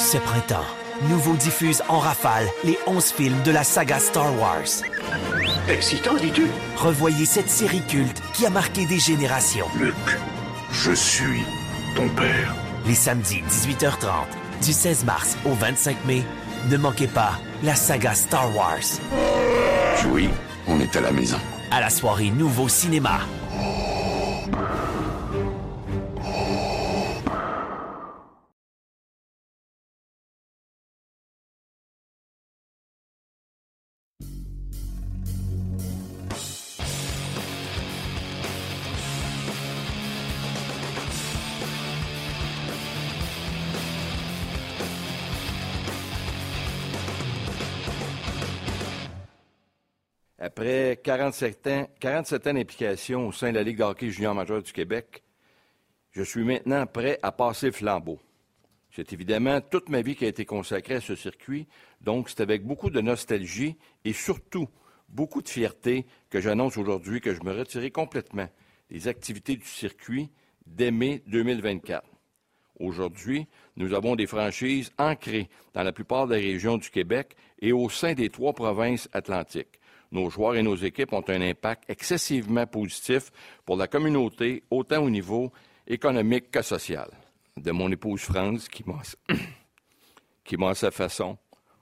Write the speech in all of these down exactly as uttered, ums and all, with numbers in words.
Ce printemps, Nouveau diffuse en rafale les onze films de la saga Star Wars. Excitant, dis-tu? Revoyez cette série culte qui a marqué des générations. Luke, je suis ton père. Les samedis dix-huit heures trente, du seize mars au vingt-cinq mai, ne manquez pas la saga Star Wars. Oui, on est à la maison. À la soirée Nouveau Cinéma. Après quarante-sept ans, quarante-sept ans d'implication au sein de la Ligue de hockey junior majeur du Québec, je suis maintenant prêt à passer le flambeau. C'est évidemment toute ma vie qui a été consacrée à ce circuit, donc c'est avec beaucoup de nostalgie et surtout beaucoup de fierté que j'annonce aujourd'hui que je me retirerai complètement des activités du circuit dès mai deux mille vingt-quatre. Aujourd'hui, nous avons des franchises ancrées dans la plupart des régions du Québec et au sein des trois provinces atlantiques. Nos joueurs et nos équipes ont un impact excessivement positif pour la communauté, autant au niveau économique que social. De mon épouse France, qui m'a, qui m'a à sa façon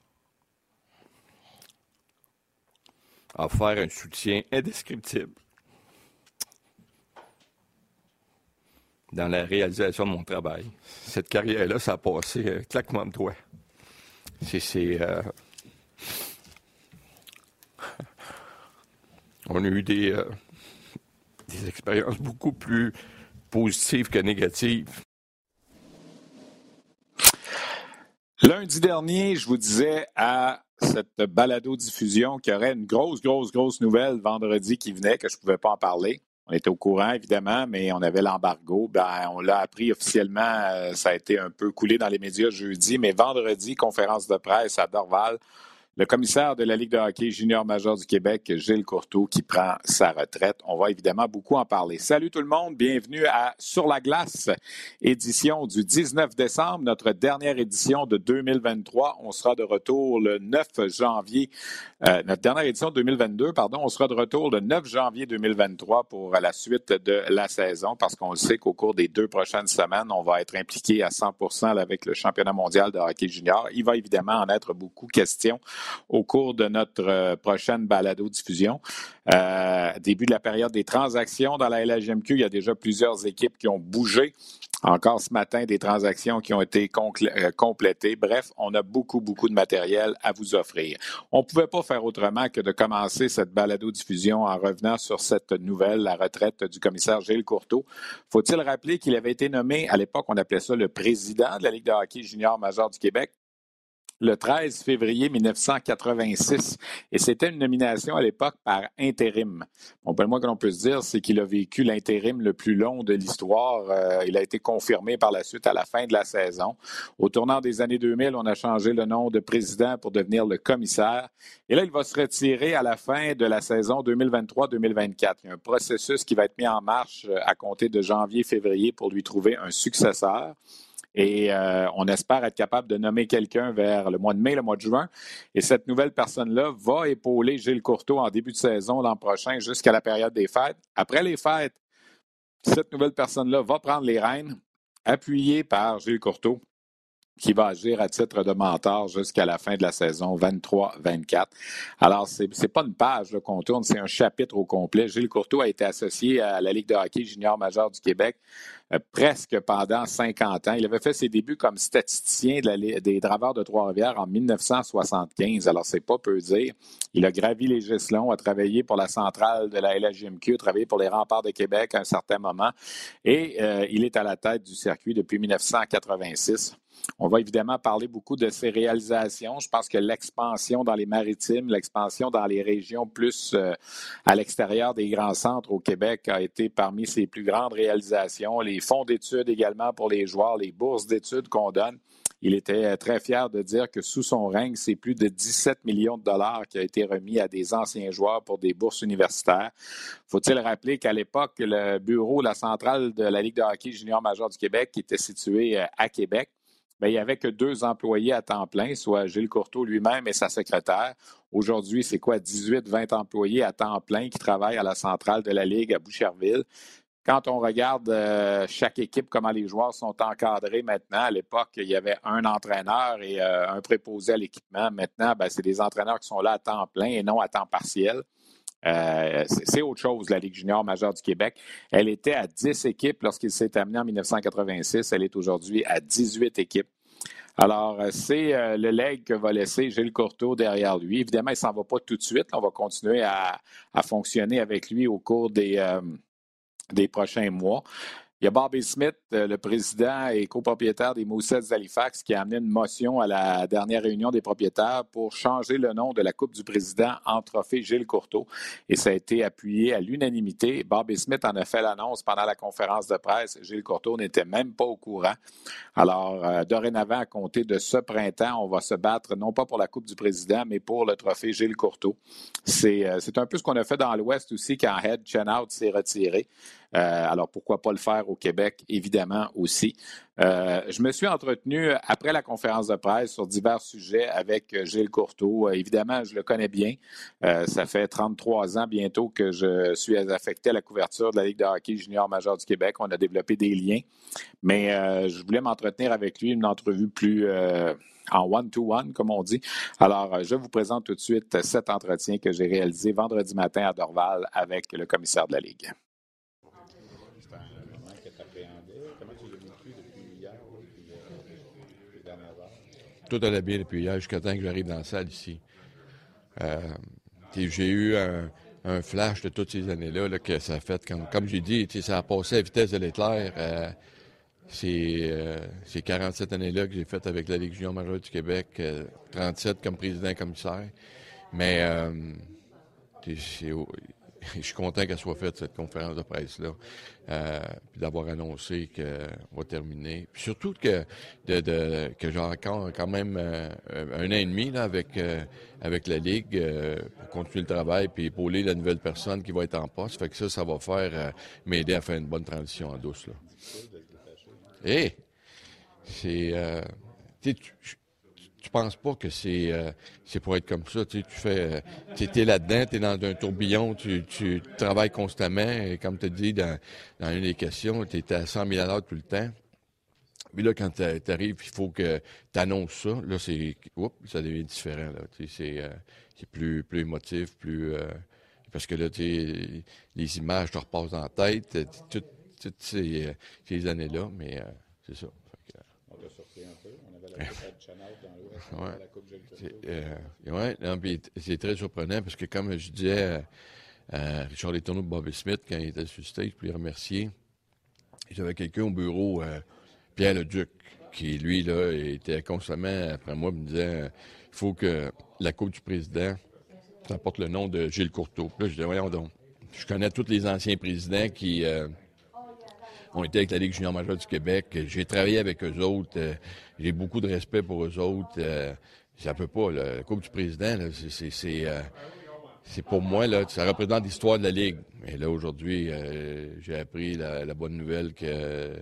offert un soutien indescriptible dans la réalisation de mon travail. Cette carrière-là, ça a passé un claquement de doigts. C'est... c'est euh... On a eu des, euh, des expériences beaucoup plus positives que négatives. Lundi dernier, je vous disais à cette balado-diffusion qu'il y aurait une grosse, grosse, grosse nouvelle vendredi qui venait, que je ne pouvais pas en parler. On était au courant, évidemment, mais on avait l'embargo. Ben, on l'a appris officiellement. Euh, ça a été un peu coulé dans les médias jeudi, mais vendredi, conférence de presse à Dorval. Le commissaire de la Ligue de hockey junior majeur du Québec, Gilles Courteau, qui prend sa retraite. On va évidemment beaucoup en parler. Salut tout le monde, bienvenue à Sur la glace, édition du dix-neuf décembre, notre dernière édition de deux mille vingt-trois. On sera de retour le neuf janvier, euh, notre dernière édition de deux mille vingt-deux, pardon, on sera de retour le neuf janvier deux mille vingt-trois pour la suite de la saison, parce qu'on le sait qu'au cours des deux prochaines semaines, on va être impliqué à cent pour cent avec le championnat mondial de hockey junior. Il va évidemment en être beaucoup question au cours de notre euh, prochaine balado-diffusion. Euh, début de la période des transactions dans la L H M Q, il y a déjà plusieurs équipes qui ont bougé. Encore ce matin, des transactions qui ont été concl- euh, complétées. Bref, on a beaucoup, beaucoup de matériel à vous offrir. On ne pouvait pas faire autrement que de commencer cette balado-diffusion en revenant sur cette nouvelle, la retraite du commissaire Gilles Courteau. Faut-il rappeler qu'il avait été nommé, à l'époque, on appelait ça le président de la Ligue de hockey junior majeur du Québec, le treize février mille neuf cent quatre-vingt-six. Et c'était une nomination à l'époque par intérim. Bon, ben, le moins que l'on peut se dire, c'est qu'il a vécu l'intérim le plus long de l'histoire. Euh, il a été confirmé par la suite à la fin de la saison. Au tournant des années deux mille, on a changé le nom de président pour devenir le commissaire. Et là, il va se retirer à la fin de la saison deux mille vingt-trois deux mille vingt-quatre. Il y a un processus qui va être mis en marche à compter de janvier-février pour lui trouver un successeur. Et euh, on espère être capable de nommer quelqu'un vers le mois de mai, le mois de juin. Et cette nouvelle personne-là va épauler Gilles Courteau en début de saison l'an prochain jusqu'à la période des fêtes. Après les fêtes, cette nouvelle personne-là va prendre les rênes, appuyée par Gilles Courteau, qui va agir à titre de mentor jusqu'à la fin de la saison vingt-trois vingt-quatre. Alors, c'est c'est pas une page là, qu'on tourne, c'est un chapitre au complet. Gilles Courteau a été associé à la Ligue de hockey junior majeur du Québec euh, presque pendant cinquante ans. Il avait fait ses débuts comme statisticien de la, des Draveurs de Trois-Rivières en mille neuf cent soixante-quinze. Alors, c'est pas peu dire. Il a gravi les échelons, a travaillé pour la centrale de la L H J M Q, a travaillé pour les Remparts de Québec à un certain moment. Et euh, il est à la tête du circuit depuis mille neuf cent quatre-vingt-six. On va évidemment parler beaucoup de ses réalisations. Je pense que l'expansion dans les maritimes, l'expansion dans les régions plus euh, à l'extérieur des grands centres au Québec a été parmi ses plus grandes réalisations. Les fonds d'études également pour les joueurs, les bourses d'études qu'on donne. Il était très fier de dire que sous son règne, c'est plus de dix-sept millions de dollars qui a été remis à des anciens joueurs pour des bourses universitaires. Faut-il rappeler qu'à l'époque, le bureau, la centrale de la Ligue de hockey junior majeur du Québec, qui était situé à Québec, bien, il n'y avait que deux employés à temps plein, soit Gilles Courteau lui-même et sa secrétaire. Aujourd'hui, c'est quoi, dix-huit vingt employés à temps plein qui travaillent à la centrale de la Ligue à Boucherville. Quand on regarde euh, chaque équipe, comment les joueurs sont encadrés maintenant, à l'époque, il y avait un entraîneur et euh, un préposé à l'équipement. Maintenant, bien, c'est des entraîneurs qui sont là à temps plein et non à temps partiel. Euh, c'est, c'est autre chose, la Ligue junior majeure du Québec. Elle était à dix équipes lorsqu'il s'est amené en dix-neuf cent quatre-vingt-six. Elle est aujourd'hui à dix-huit équipes. Alors, c'est euh, le legs que va laisser Gilles Courteau derrière lui. Évidemment, il ne s'en va pas tout de suite. On va continuer à, à fonctionner avec lui au cours des... Euh, des prochains mois. Il y a Bobby Smith, le président et copropriétaire des Moussets d'Halifax, qui a amené une motion à la dernière réunion des propriétaires pour changer le nom de la Coupe du Président en trophée Gilles Courteau. Et ça a été appuyé à l'unanimité. Bobby Smith en a fait l'annonce pendant la conférence de presse. Gilles Courteau n'était même pas au courant. Alors, euh, dorénavant, à compter de ce printemps, on va se battre non pas pour la Coupe du Président, mais pour le trophée Gilles Courteau. C'est, euh, c'est un peu ce qu'on a fait dans l'Ouest aussi quand Head Chenout s'est retiré. Euh, alors, pourquoi pas le faire au Québec, évidemment, aussi. Euh, je me suis entretenu après la conférence de presse sur divers sujets avec Gilles Courteau. Euh, évidemment, je le connais bien. Euh, ça fait trente-trois ans bientôt que je suis affecté à la couverture de la Ligue de hockey junior majeure du Québec. On a développé des liens. Mais euh, je voulais m'entretenir avec lui, une entrevue plus... Euh, en one-to-one, comme on dit. Alors, je vous présente tout de suite cet entretien que j'ai réalisé vendredi matin à Dorval avec le commissaire de la Ligue. Tout allait bien depuis hier, jusqu'à temps que j'arrive dans la salle ici. Euh, j'ai eu un, un flash de toutes ces années-là là, que ça a fait, comme, comme j'ai dit, ça a passé à la vitesse de l'éclair. Euh, c'est, euh, ces quarante-sept années-là que j'ai faites avec la Ligue junior majeure du Québec, euh, trente-sept comme président commissaire. Mais euh, c'est, c'est, je suis content qu'elle soit faite, cette conférence de presse-là, euh, puis d'avoir annoncé qu'on va terminer. Puis surtout que, de, de, que j'ai encore quand même euh, un an et demi là, avec, euh, avec la Ligue euh, pour continuer le travail puis épauler la nouvelle personne qui va être en poste. Fait que ça, ça va faire euh, m'aider à faire une bonne transition en douce. Là. Et c'est... Euh, tu sais, tu penses pas que c'est euh, c'est pour être comme ça. Tu sais, tu fais, tu es là-dedans, tu es dans un tourbillon, tu, tu travailles constamment. Et comme tu as dit dans, dans une des questions, tu es à cent mille à l'heure tout le temps. Puis là, quand tu arrives, il faut que tu annonces ça. Là, c'est, oups, ça devient différent. Là. Tu sais, c'est, euh, c'est plus, plus émotif, plus... Euh, parce que là, tu sais, les images te repassent dans la tête, toutes, toutes ces, ces années-là, mais euh, c'est ça. On t'a surpris un peu. On avait la Coupe de Chenout dans l'Ouest, on ouais. avait la Coupe Gilles Courteau. C'est, euh, ouais, non, puis c'est très surprenant parce que, comme je disais à Richard Letourneau de Bobby Smith, quand il était sur le stage, pour les remercier, j'avais quelqu'un au bureau, euh, Pierre Leduc, qui, lui, là, était constamment après moi, me disant il faut que la Coupe du Président ça porte le nom de Gilles Courteau. Puis là, je disais, voyons donc, je connais tous les anciens présidents qui... Euh, ont été avec la Ligue junior majeure du Québec. J'ai travaillé avec eux autres. Euh, j'ai beaucoup de respect pour eux autres. Euh, ça peut pas. Là, la Coupe du Président, là, c'est, c'est, c'est, euh, c'est pour moi, là, ça représente l'histoire de la Ligue. Et là, aujourd'hui, euh, j'ai appris la, la bonne nouvelle que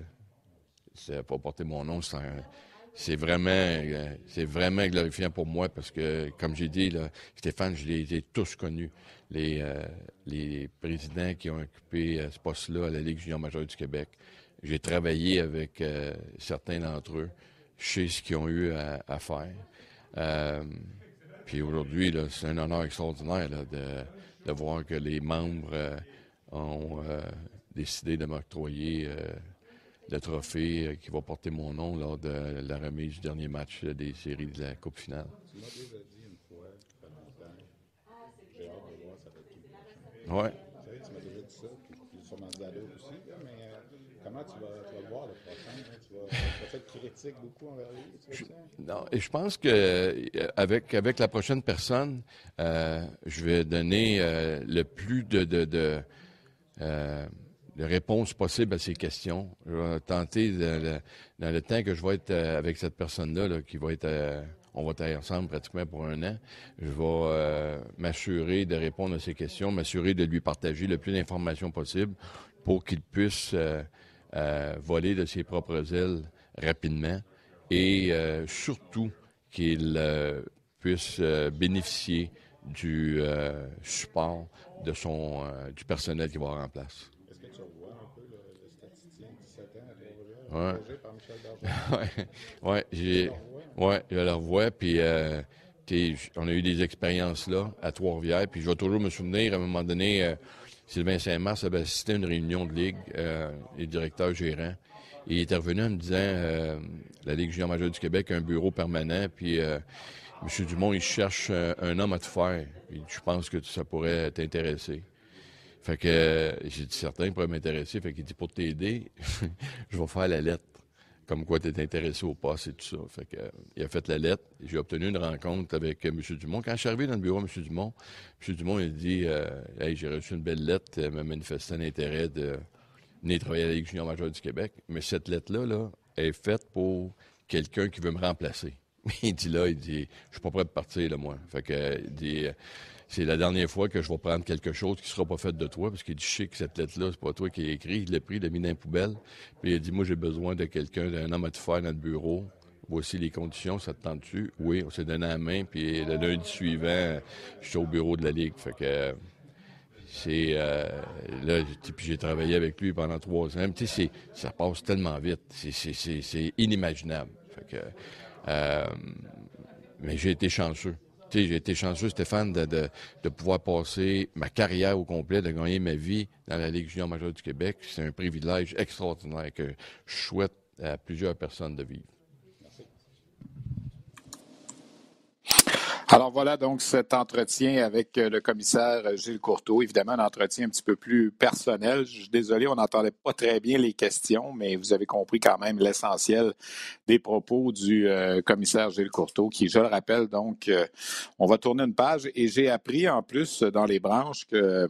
ça n'a pas porté mon nom. C'est, un, c'est, vraiment, euh, c'est vraiment glorifiant pour moi parce que, comme j'ai dit, là, Stéphane, je les ai tous connus. Les, euh, les présidents qui ont occupé euh, ce poste-là à la Ligue junior majeure du Québec. J'ai travaillé avec euh, certains d'entre eux. Je sais ce qu'ils ont eu à, à faire. Euh, puis aujourd'hui, là, c'est un honneur extraordinaire là, de, de voir que les membres euh, ont euh, décidé de m'octroyer euh, le trophée euh, qui va porter mon nom lors de la remise du dernier match euh, des séries de la Coupe finale. Tu m'as déjà dit une fois, ça fait longtemps, j'ai hâte de voir ça va être qui le prochain. Ouais. Tu sais, tu m'as déjà dit ça, puis, puis sûrement dit à d'autres aussi, là, mais euh, comment tu vas, tu vas voir le prochain? Hein? Tu, vas, tu vas être critique beaucoup envers lui? Tu vas je, non, et je pense que avec, avec la prochaine personne, euh, je vais donner euh, le plus de... de, de euh, de réponses possibles à ces questions. Je vais tenter, de, de, dans le temps que je vais être avec cette personne-là, là, qui va être, euh, on va être ensemble pratiquement pour un an, je vais euh, m'assurer de répondre à ces questions, m'assurer de lui partager le plus d'informations possible pour qu'il puisse euh, euh, voler de ses propres ailes rapidement et euh, surtout qu'il euh, puisse euh, bénéficier du euh, support de son, euh, du personnel qui va avoir en place. Est-ce que tu revois un peu le, le statisticien de dix-sept ans à Ouais. par Michel Bergeron? Oui, ouais, j'ai, ouais, je le revois, puis euh, on a eu des expériences là, à Trois-Rivières, puis je vais toujours me souvenir, à un moment donné, euh, Sylvain Saint-Mars avait assisté à une réunion de ligue, euh, les directeurs gérants, et il est revenu en me disant, euh, la Ligue junior majeure du Québec a un bureau permanent, puis euh, M. Dumont, il cherche un, un homme à tout faire, puis je pense que ça pourrait t'intéresser. Fait que euh, j'ai dit certain, il pourrait m'intéresser, fait qu'il dit pour t'aider, je vais faire la lettre. Comme quoi tu es intéressé au poste et tout ça. Fait que, euh, il a fait la lettre. J'ai obtenu une rencontre avec euh, M. Dumont. Quand je suis arrivé dans le bureau de M. Dumont, M. Dumont il a dit euh, Hey, j'ai reçu une belle lettre, euh, me manifestant l'intérêt de venir travailler à la Ligue junior majeure du Québec. Mais cette lettre-là là, est faite pour quelqu'un qui veut me remplacer. Il dit là, il dit Je suis pas prêt de partir, là, moi. Fait que euh, il dit euh, c'est la dernière fois que je vais prendre quelque chose qui ne sera pas fait de toi, parce qu'il dit, je sais que cette lettre-là, c'est pas toi qui l'as écrit. Il l'a pris, il l'a mis dans la poubelle. Puis il a dit, moi, j'ai besoin de quelqu'un, d'un homme à tout faire dans le bureau. Voici les conditions, ça te tente-tu? Oui, on s'est donné la main, puis le lundi suivant, je suis au bureau de la Ligue. Fait que c'est... Euh, là, puis j'ai travaillé avec lui pendant trois ans. Tu sais, ça passe tellement vite. C'est, c'est, c'est, c'est inimaginable. Fait que... Euh, mais j'ai été chanceux. Tu sais, j'ai été chanceux, Stéphane, de, de, de pouvoir passer ma carrière au complet, de gagner ma vie dans la Ligue junior majeure du Québec. C'est un privilège extraordinaire que je souhaite à plusieurs personnes de vivre. Alors voilà donc cet entretien avec le commissaire Gilles Courteau. Évidemment, un entretien un petit peu plus personnel. Je suis désolé, on n'entendait pas très bien les questions, mais vous avez compris quand même l'essentiel des propos du euh, commissaire Gilles Courteau, qui, je le rappelle, donc, euh, on va tourner une page. Et j'ai appris en plus dans les branches que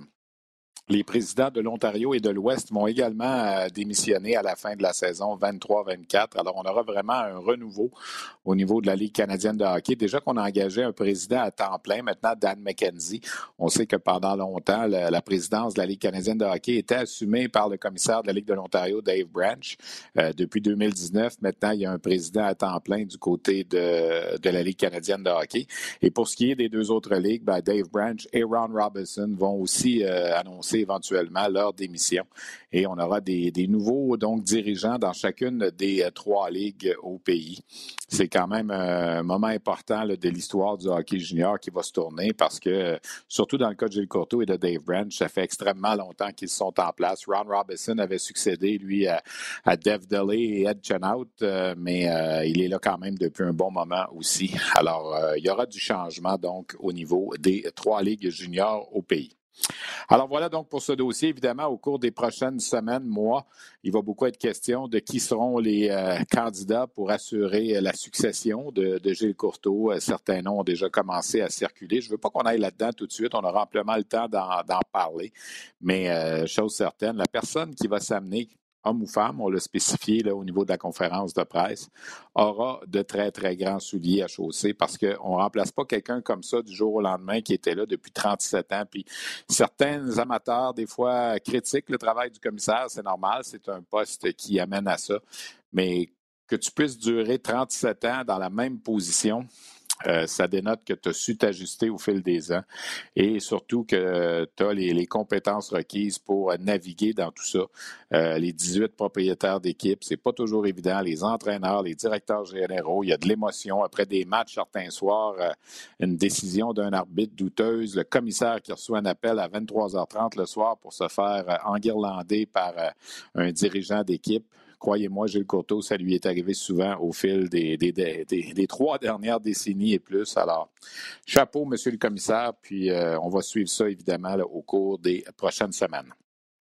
les présidents de l'Ontario et de l'Ouest vont également euh, démissionner à la fin de la saison vingt-trois vingt-quatre. Alors, on aura vraiment un renouveau au niveau de la Ligue canadienne de hockey. Déjà qu'on a engagé un président à temps plein, maintenant Dan McKenzie. On sait que pendant longtemps, la, la présidence de la Ligue canadienne de hockey était assumée par le commissaire de la Ligue de l'Ontario, Dave Branch. Euh, depuis deux mille dix-neuf, maintenant, il y a un président à temps plein du côté de, de la Ligue canadienne de hockey. Et pour ce qui est des deux autres ligues, ben, Dave Branch et Ron Robinson vont aussi euh, annoncer éventuellement leur démission. Et on aura des, des nouveaux donc dirigeants dans chacune des euh, trois ligues au pays. C'est quand même un moment important là, de l'histoire du hockey junior qui va se tourner parce que, surtout dans le cas de Gilles Courteau et de Dave Branch, ça fait extrêmement longtemps qu'ils sont en place. Ron Robinson avait succédé, lui, à, à Dev Delay et Ed Chenout, euh, mais euh, il est là quand même depuis un bon moment aussi. Alors, euh, il y aura du changement donc au niveau des trois ligues juniors au pays. Alors voilà donc pour ce dossier. Évidemment, au cours des prochaines semaines, mois, il va beaucoup être question de qui seront les euh, candidats pour assurer euh, la succession de, de Gilles Courteau. Euh, certains noms ont déjà commencé à circuler. Je ne veux pas qu'on aille là-dedans tout de suite. On aura amplement le temps d'en, d'en parler. Mais euh, chose certaine, la personne qui va s'amener, homme ou femme, on l'a spécifié là, au niveau de la conférence de presse, aura de très, très grands souliers à chausser parce qu'on ne remplace pas quelqu'un comme ça du jour au lendemain qui était là depuis trente-sept ans. Puis certains amateurs, des fois, critiquent le travail du commissaire. C'est normal, c'est un poste qui amène à ça. Mais que tu puisses durer trente-sept ans dans la même position, Euh, ça dénote que tu as su t'ajuster au fil des ans et surtout que tu as les, les compétences requises pour naviguer dans tout ça. Euh, les dix-huit propriétaires d'équipe, c'est pas toujours évident. Les entraîneurs, les directeurs généraux, il y a de l'émotion. Après des matchs, certains soirs, euh, une décision d'un arbitre douteuse, le commissaire qui reçoit un appel à vingt-trois heures trente le soir pour se faire euh, enguirlander par euh, un dirigeant d'équipe. Croyez-moi, Gilles Courteau, ça lui est arrivé souvent au fil des, des, des, des, des trois dernières décennies et plus. Alors, chapeau, monsieur le commissaire, puis euh, on va suivre ça, évidemment, là, au cours des prochaines semaines.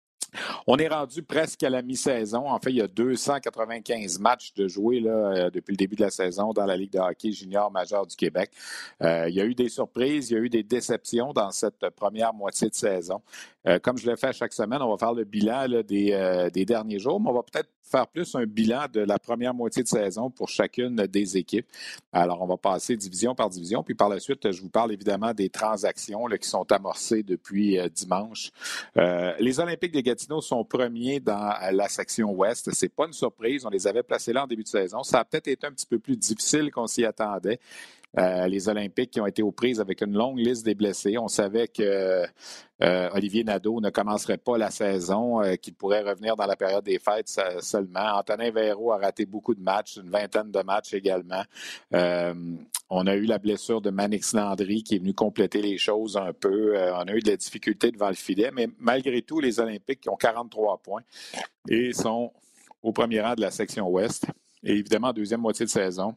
On est rendu presque à la mi-saison. En fait, il y a deux cent quatre-vingt-quinze matchs de jouer là, depuis le début de la saison dans la Ligue de hockey junior majeure du Québec. Euh, il y a eu des surprises, il y a eu des déceptions dans cette première moitié de saison. Euh, comme je le fais à chaque semaine, on va faire le bilan là, des, euh, des derniers jours, mais on va peut-être faire plus un bilan de la première moitié de saison pour chacune des équipes. Alors, on va passer division par division. Puis par la suite, je vous parle évidemment des transactions là, qui sont amorcées depuis euh, dimanche. Euh, les Olympiques de Gatineau sont premiers dans la section ouest. C'est pas une surprise. On les avait placés là en début de saison. Ça a peut-être été un petit peu plus difficile qu'on s'y attendait. Euh, les Olympiques qui ont été aux prises avec une longue liste des blessés. On savait que euh, Olivier Nadeau ne commencerait pas la saison, euh, qu'il pourrait revenir dans la période des fêtes ça, seulement. Antonin Véro a raté beaucoup de matchs, une vingtaine de matchs également. Euh, on a eu la blessure de Manix Landry qui est venu compléter les choses un peu. Euh, on a eu de la difficulté devant le filet, mais malgré tout, les Olympiques qui ont quarante-trois points et sont au premier rang de la section ouest. Et évidemment, en deuxième moitié de saison,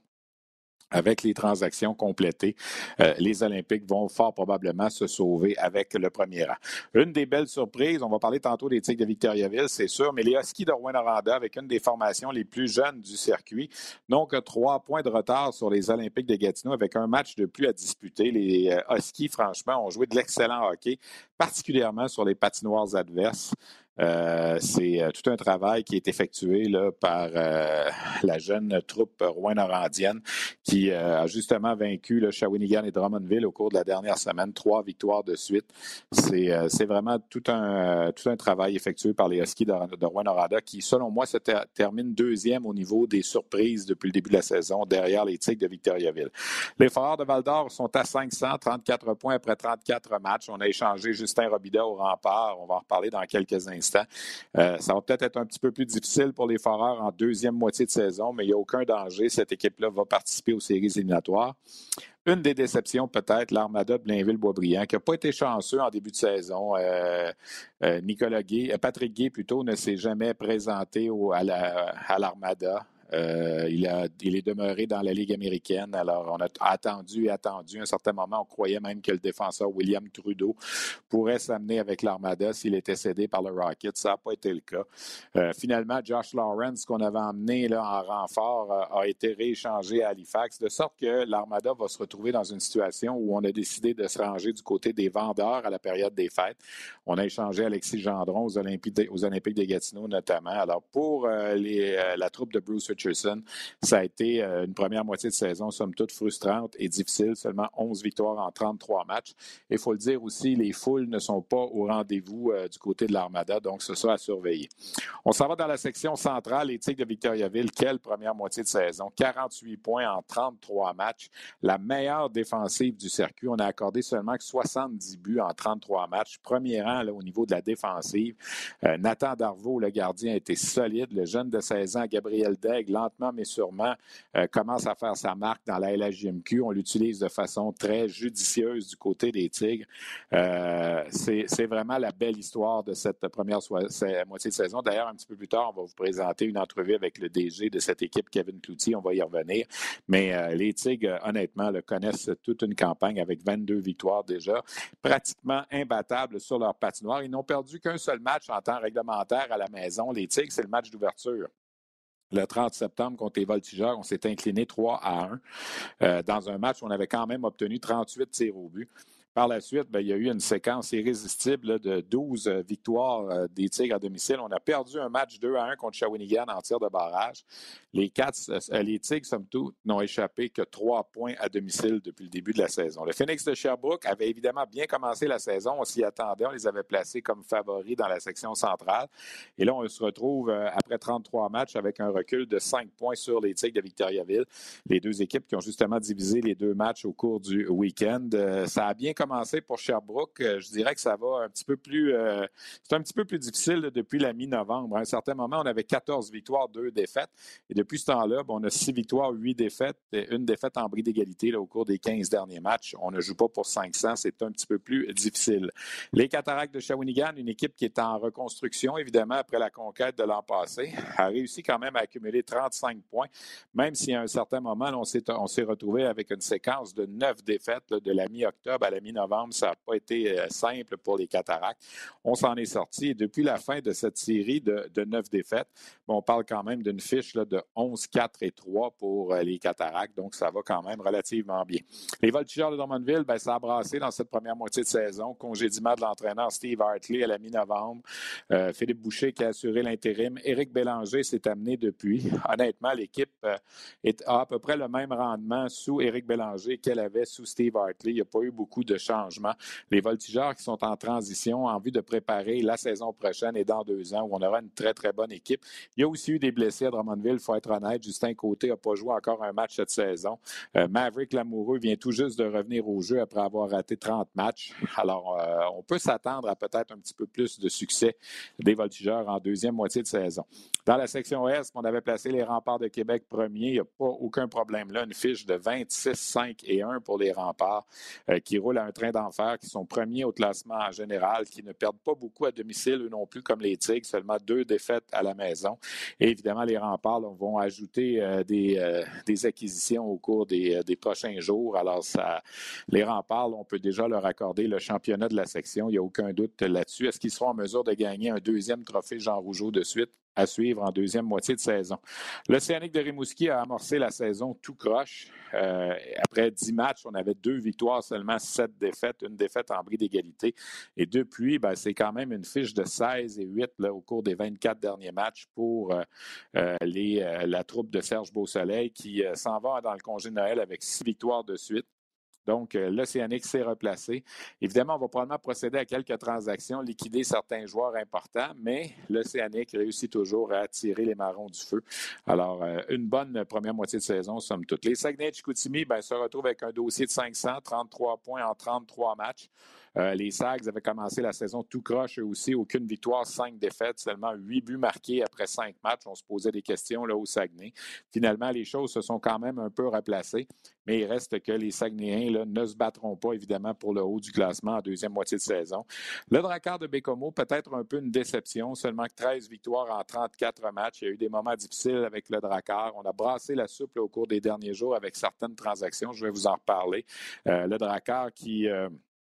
avec les transactions complétées, euh, les Olympiques vont fort probablement se sauver avec le premier rang. Une des belles surprises, on va parler tantôt des Tigres de Victoriaville, c'est sûr, mais les Huskies de Rouyn-Noranda, avec une des formations les plus jeunes du circuit, n'ont que trois points de retard sur les Olympiques de Gatineau avec un match de plus à disputer. Les euh, Huskies, franchement, ont joué de l'excellent hockey, particulièrement sur les patinoires adverses. Euh, c'est euh, tout un travail qui est effectué là, par euh, la jeune troupe rouyn-norandienne qui euh, a justement vaincu le Shawinigan et Drummondville au cours de la dernière semaine, trois victoires de suite. C'est, euh, c'est vraiment tout un, euh, tout un travail effectué par les Huskies de, de Rouyn-Noranda qui, selon moi, se ter- termine deuxième au niveau des surprises depuis le début de la saison, derrière les Tigres de Victoriaville. Les Foreurs de Val-d'Or sont à cinq cents, trente-quatre points après trente-quatre matchs. On a échangé Justin Robida au rempart. On va en reparler dans quelques instants. Euh, ça va peut-être être un petit peu plus difficile pour les Foreurs en deuxième moitié de saison, mais il n'y a aucun danger. Cette équipe-là va participer aux séries éliminatoires. Une des déceptions, peut-être, l'Armada de Blainville-Boisbriand, qui n'a pas été chanceux en début de saison. Euh, euh, Nicolas Gay, euh, Patrick Gay, plutôt, ne s'est jamais présenté au, à, la, à l'Armada. Euh, il, a, il est demeuré dans la Ligue américaine. Alors, on a attendu et attendu. À un certain moment, on croyait même que le défenseur William Trudeau pourrait s'amener avec l'Armada s'il était cédé par le Rocket. Ça n'a pas été le cas. Euh, finalement, Josh Lawrence, qu'on avait emmené là, en renfort, a, a été rééchangé à Halifax, de sorte que l'Armada va se retrouver dans une situation où on a décidé de se ranger du côté des vendeurs à la période des fêtes. On a échangé Alexis Gendron aux Olympiques de, aux Olympiques de Gatineau notamment. Alors, pour euh, les, euh, la troupe de Bruce Richardson, ça a été euh, une première moitié de saison, somme toute, frustrante et difficile. Seulement onze victoires en trente-trois matchs. Et il faut le dire aussi, les foules ne sont pas au rendez-vous euh, du côté de l'Armada, donc ce sera à surveiller. On s'en va dans la section centrale. Les Tigres de Victoriaville, quelle première moitié de saison. quarante-huit points en trente-trois matchs. La meilleure défensive du circuit. On a accordé seulement que soixante-dix buts en trente-trois matchs. Premier rang là, au niveau de la défensive. Euh, Nathan Darvaux, le gardien, a été solide. Le jeune de seize ans, Gabriel Daigle, lentement mais sûrement, euh, commence à faire sa marque dans la L H J M Q. On l'utilise de façon très judicieuse du côté des Tigres. Euh, c'est, c'est vraiment la belle histoire de cette première so- moitié de saison. D'ailleurs, un petit peu plus tard, on va vous présenter une entrevue avec le D G de cette équipe, Kevin Cloutier. On va y revenir. Mais euh, les Tigres, honnêtement, là, connaissent toute une campagne avec vingt-deux victoires déjà, pratiquement imbattables sur leur patinoire. Ils n'ont perdu qu'un seul match en temps réglementaire à la maison. Les Tigres, c'est le match d'ouverture. Le trente septembre, contre les Voltigeurs, on s'est incliné trois à un euh, dans un match où on avait quand même obtenu trente-huit tirs au but. Par la suite, bien, il y a eu une séquence irrésistible là, de douze euh, victoires euh, des Tigres à domicile. On a perdu un match deux à un contre Shawinigan en tir de barrage. Les, quatre, euh, les Tigres, somme toute, n'ont échappé que trois points à domicile depuis le début de la saison. Le Phoenix de Sherbrooke avait évidemment bien commencé la saison. On s'y attendait. On les avait placés comme favoris dans la section centrale. Et là, on se retrouve euh, après trente-trois matchs avec un recul de cinq points sur les Tigres de Victoriaville. Les deux équipes qui ont justement divisé les deux matchs au cours du week-end. Euh, ça a bien commencé pour Sherbrooke. Euh, je dirais que ça va un petit peu plus... Euh, c'est un petit peu plus difficile là, depuis la mi-novembre. À un certain moment, on avait quatorze victoires, deux défaites. Et depuis ce temps-là, bon, on a six victoires, huit défaites, et une défaite en bris d'égalité là, au cours des quinze derniers matchs. On ne joue pas pour cinq cents. C'est un petit peu plus difficile. Les Cataractes de Shawinigan, une équipe qui est en reconstruction, évidemment, après la conquête de l'an passé, a réussi quand même à accumuler trente-cinq points, même si à un certain moment, là, on, s'est, on s'est retrouvé avec une séquence de neuf défaites là, de la mi-octobre à la mi mi-novembre, ça n'a pas été euh, simple pour les Cataractes. On s'en est sorti et depuis la fin de cette série de, de neuf défaites, bon, on parle quand même d'une fiche là, de onze quatre et trois pour euh, les Cataractes, donc ça va quand même relativement bien. Les Voltigeurs de Drummondville, ben, ça a brassé dans cette première moitié de saison. Congédiement de l'entraîneur Steve Hartley à la mi-novembre. Euh, Philippe Boucher qui a assuré l'intérim. Éric Bélanger s'est amené depuis. Honnêtement, l'équipe euh, est, a à peu près le même rendement sous Éric Bélanger qu'elle avait sous Steve Hartley. Il n'y a pas eu beaucoup de changements. Les Voltigeurs qui sont en transition en vue de préparer la saison prochaine et dans deux ans où on aura une très, très bonne équipe. Il y a aussi eu des blessés à Drummondville, il faut être honnête. Justin Côté n'a pas joué encore un match cette saison. Euh, Maverick Lamoureux vient tout juste de revenir au jeu après avoir raté trente matchs. Alors, euh, on peut s'attendre à peut-être un petit peu plus de succès des Voltigeurs en deuxième moitié de saison. Dans la section Est, on avait placé les Remparts de Québec premiers. Il n'y a pas aucun problème là. Une fiche de vingt-six cinq et un pour les Remparts euh, qui roulent à un train d'enfer, qui sont premiers au classement en général, qui ne perdent pas beaucoup à domicile, eux non plus, comme les Tigres, seulement deux défaites à la maison. Et évidemment, les Remparts là, vont ajouter euh, des, euh, des acquisitions au cours des, euh, des prochains jours. Alors, ça, les Remparts, là, on peut déjà leur accorder le championnat de la section. Il n'y a aucun doute là-dessus. Est-ce qu'ils seront en mesure de gagner un deuxième trophée Jean Rougeau de suite? À suivre en deuxième moitié de saison. L'Océanique de Rimouski a amorcé la saison tout croche. Euh, après dix matchs, on avait deux victoires, seulement sept défaites, une défaite en bris d'égalité. Et depuis, ben, c'est quand même une fiche de seize et huit là, au cours des vingt-quatre derniers matchs pour euh, euh, les, euh, la troupe de Serge Beausoleil qui euh, s'en va dans le congé de Noël avec six victoires de suite. Donc, euh, l'Océanique s'est replacé. Évidemment, on va probablement procéder à quelques transactions, liquider certains joueurs importants, mais l'Océanique réussit toujours à tirer les marrons du feu. Alors, euh, une bonne première moitié de saison, somme toute. Les Saguenay-Chicoutimi ben, se retrouvent avec un dossier de cinq cent trente-trois points en trente-trois matchs. Euh, les Sags avaient commencé la saison tout croche eux aussi, aucune victoire, cinq défaites, seulement huit buts marqués après cinq matchs. On se posait des questions là au Saguenay. Finalement, les choses se sont quand même un peu replacées, mais il reste que les Saguenayens là, ne se battront pas évidemment pour le haut du classement en deuxième moitié de saison. Le Drakkar de Bécomo, peut-être un peu une déception, seulement treize victoires en trente-quatre matchs. Il y a eu des moments difficiles avec le Drakkar. On a brassé la soupe là, au cours des derniers jours avec certaines transactions. Je vais vous en reparler. Euh, le Drakkar qui... Euh,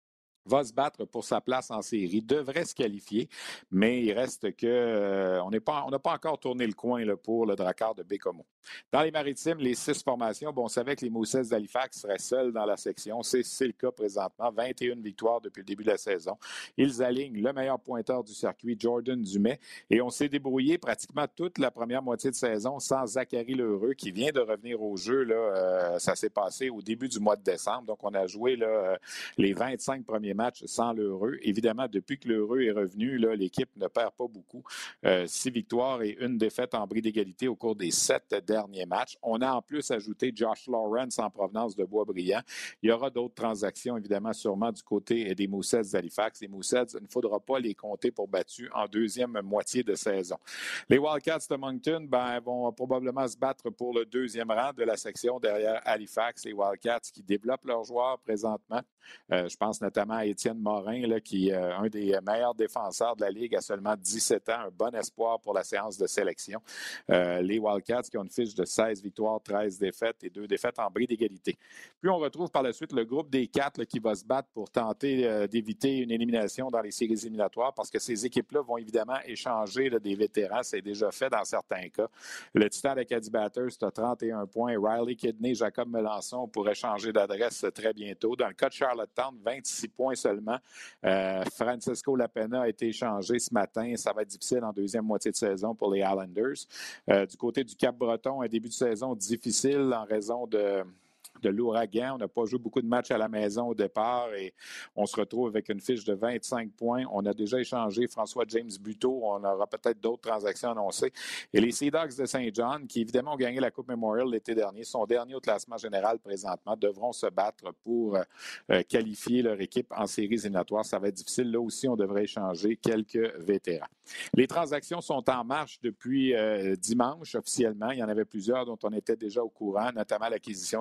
va se battre pour sa place en série, devrait se qualifier, mais il reste que euh, on n'est pas, on n'a pas encore tourné le coin là, pour le Drakkar de Bécomo. Dans les Maritimes, les six formations, bon, on savait que les Moussets d'Halifax seraient seuls dans la section. C'est, c'est le cas présentement. vingt et une victoires depuis le début de la saison. Ils alignent le meilleur pointeur du circuit, Jordan Dumais, et on s'est débrouillé pratiquement toute la première moitié de saison sans Zachary Lheureux, qui vient de revenir au jeu. Là, euh, ça s'est passé au début du mois de décembre. Donc, on a joué là, euh, les vingt-cinq premiers matchs sans Lheureux. Évidemment, depuis que Lheureux est revenu, là, l'équipe ne perd pas beaucoup. Euh, six victoires et une défaite en bris d'égalité au cours des sept derniers matchs. On a en plus ajouté Josh Lawrence en provenance de Boisbriand. Il y aura d'autres transactions, évidemment, sûrement du côté des Moussets d'Halifax. Les Moussets, il ne faudra pas les compter pour battus en deuxième moitié de saison. Les Wildcats de Moncton ben, vont probablement se battre pour le deuxième rang de la section derrière Halifax. Les Wildcats qui développent leurs joueurs présentement. Euh, je pense notamment à Étienne Morin, là, qui est euh, un des meilleurs défenseurs de la Ligue à seulement dix-sept ans. Un bon espoir pour la séance de sélection. Euh, les Wildcats qui ont une fiche de seize victoires, treize défaites et deux défaites en bris d'égalité. Puis on retrouve par la suite le groupe des quatre là, qui va se battre pour tenter euh, d'éviter une élimination dans les séries éliminatoires parce que ces équipes-là vont évidemment échanger là, des vétérans. C'est déjà fait dans certains cas. Le Titan d'Acadie Batters a trente et un points. Riley Kidney, Jacob Melançon pourraient changer d'adresse très bientôt. Dans le cas de Charlottetown, vingt-six points seulement. Euh, Francisco Lapena a été échangé ce matin. Ça va être difficile en deuxième moitié de saison pour les Islanders. Euh, du côté du Cap-Breton, un début de saison difficile en raison de... de l'ouragan. On n'a pas joué beaucoup de matchs à la maison au départ et on se retrouve avec une fiche de vingt-cinq points. On a déjà échangé François James Buteau. On aura peut-être d'autres transactions annoncées. Et les Sea Dogs de Saint-John, qui évidemment ont gagné la Coupe Memorial l'été dernier, sont derniers au classement général présentement, devront se battre pour euh, qualifier leur équipe en séries éliminatoires. Ça va être difficile. Là aussi, on devrait échanger quelques vétérans. Les transactions sont en marche depuis euh, dimanche officiellement. Il y en avait plusieurs dont on était déjà au courant, notamment l'acquisition de Justin Robitaille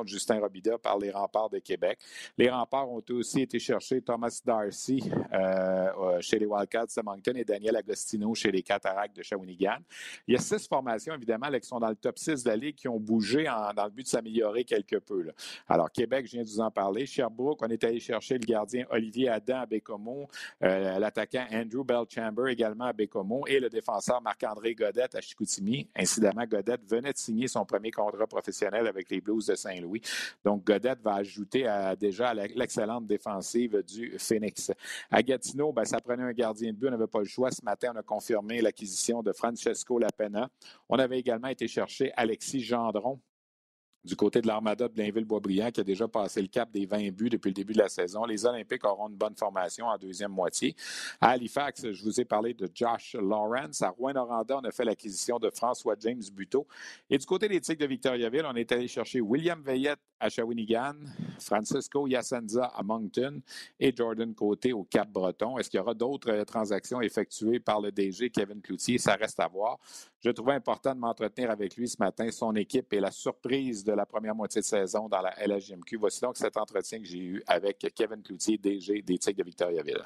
Robida par les Remparts de Québec. Les Remparts ont aussi été chercher Thomas Darcy euh, chez les Wildcats de Moncton et Daniel Agostino chez les Cataractes de Shawinigan. Il y a six formations, évidemment, là, qui sont dans le top six de la Ligue qui ont bougé en, dans le but de s'améliorer quelque peu. Là. Alors, Québec, je viens de vous en parler. Sherbrooke, on est allé chercher le gardien Olivier Adam à Bécomo, euh, l'attaquant Andrew Belchamber également à Bécomo et le défenseur Marc-André Godette à Chicoutimi. Incidemment, Godette venait de signer son premier contrat professionnel avec les Blues de Saint-Louis. Donc, Godette va ajouter à, déjà à l'excellente défensive du Phoenix. À Gatineau, ben, ça prenait un gardien de but. On n'avait pas le choix. Ce matin, on a confirmé l'acquisition de Francesco Lapena. On avait également été chercher Alexis Gendron du côté de l'Armada de Blainville-Boisbriand, qui a déjà passé le cap des vingt buts depuis le début de la saison. Les Olympiques auront une bonne formation en deuxième moitié. À Halifax, je vous ai parlé de Josh Lawrence. À Rouyn-Noranda, on a fait l'acquisition de François James Buteau. Et du côté des Tigres de Victoriaville, on est allé chercher William Veillette à Shawinigan, Francisco Yacenza à Moncton et Jordan Côté au Cap-Breton. Est-ce qu'il y aura d'autres transactions effectuées par le D G Kevin Cloutier? Ça reste à voir. Je trouvais important de m'entretenir avec lui ce matin, son équipe et la surprise de la première moitié de saison dans la L H J M Q. Voici donc cet entretien que j'ai eu avec Kevin Cloutier, D G des Tigres de Victoriaville.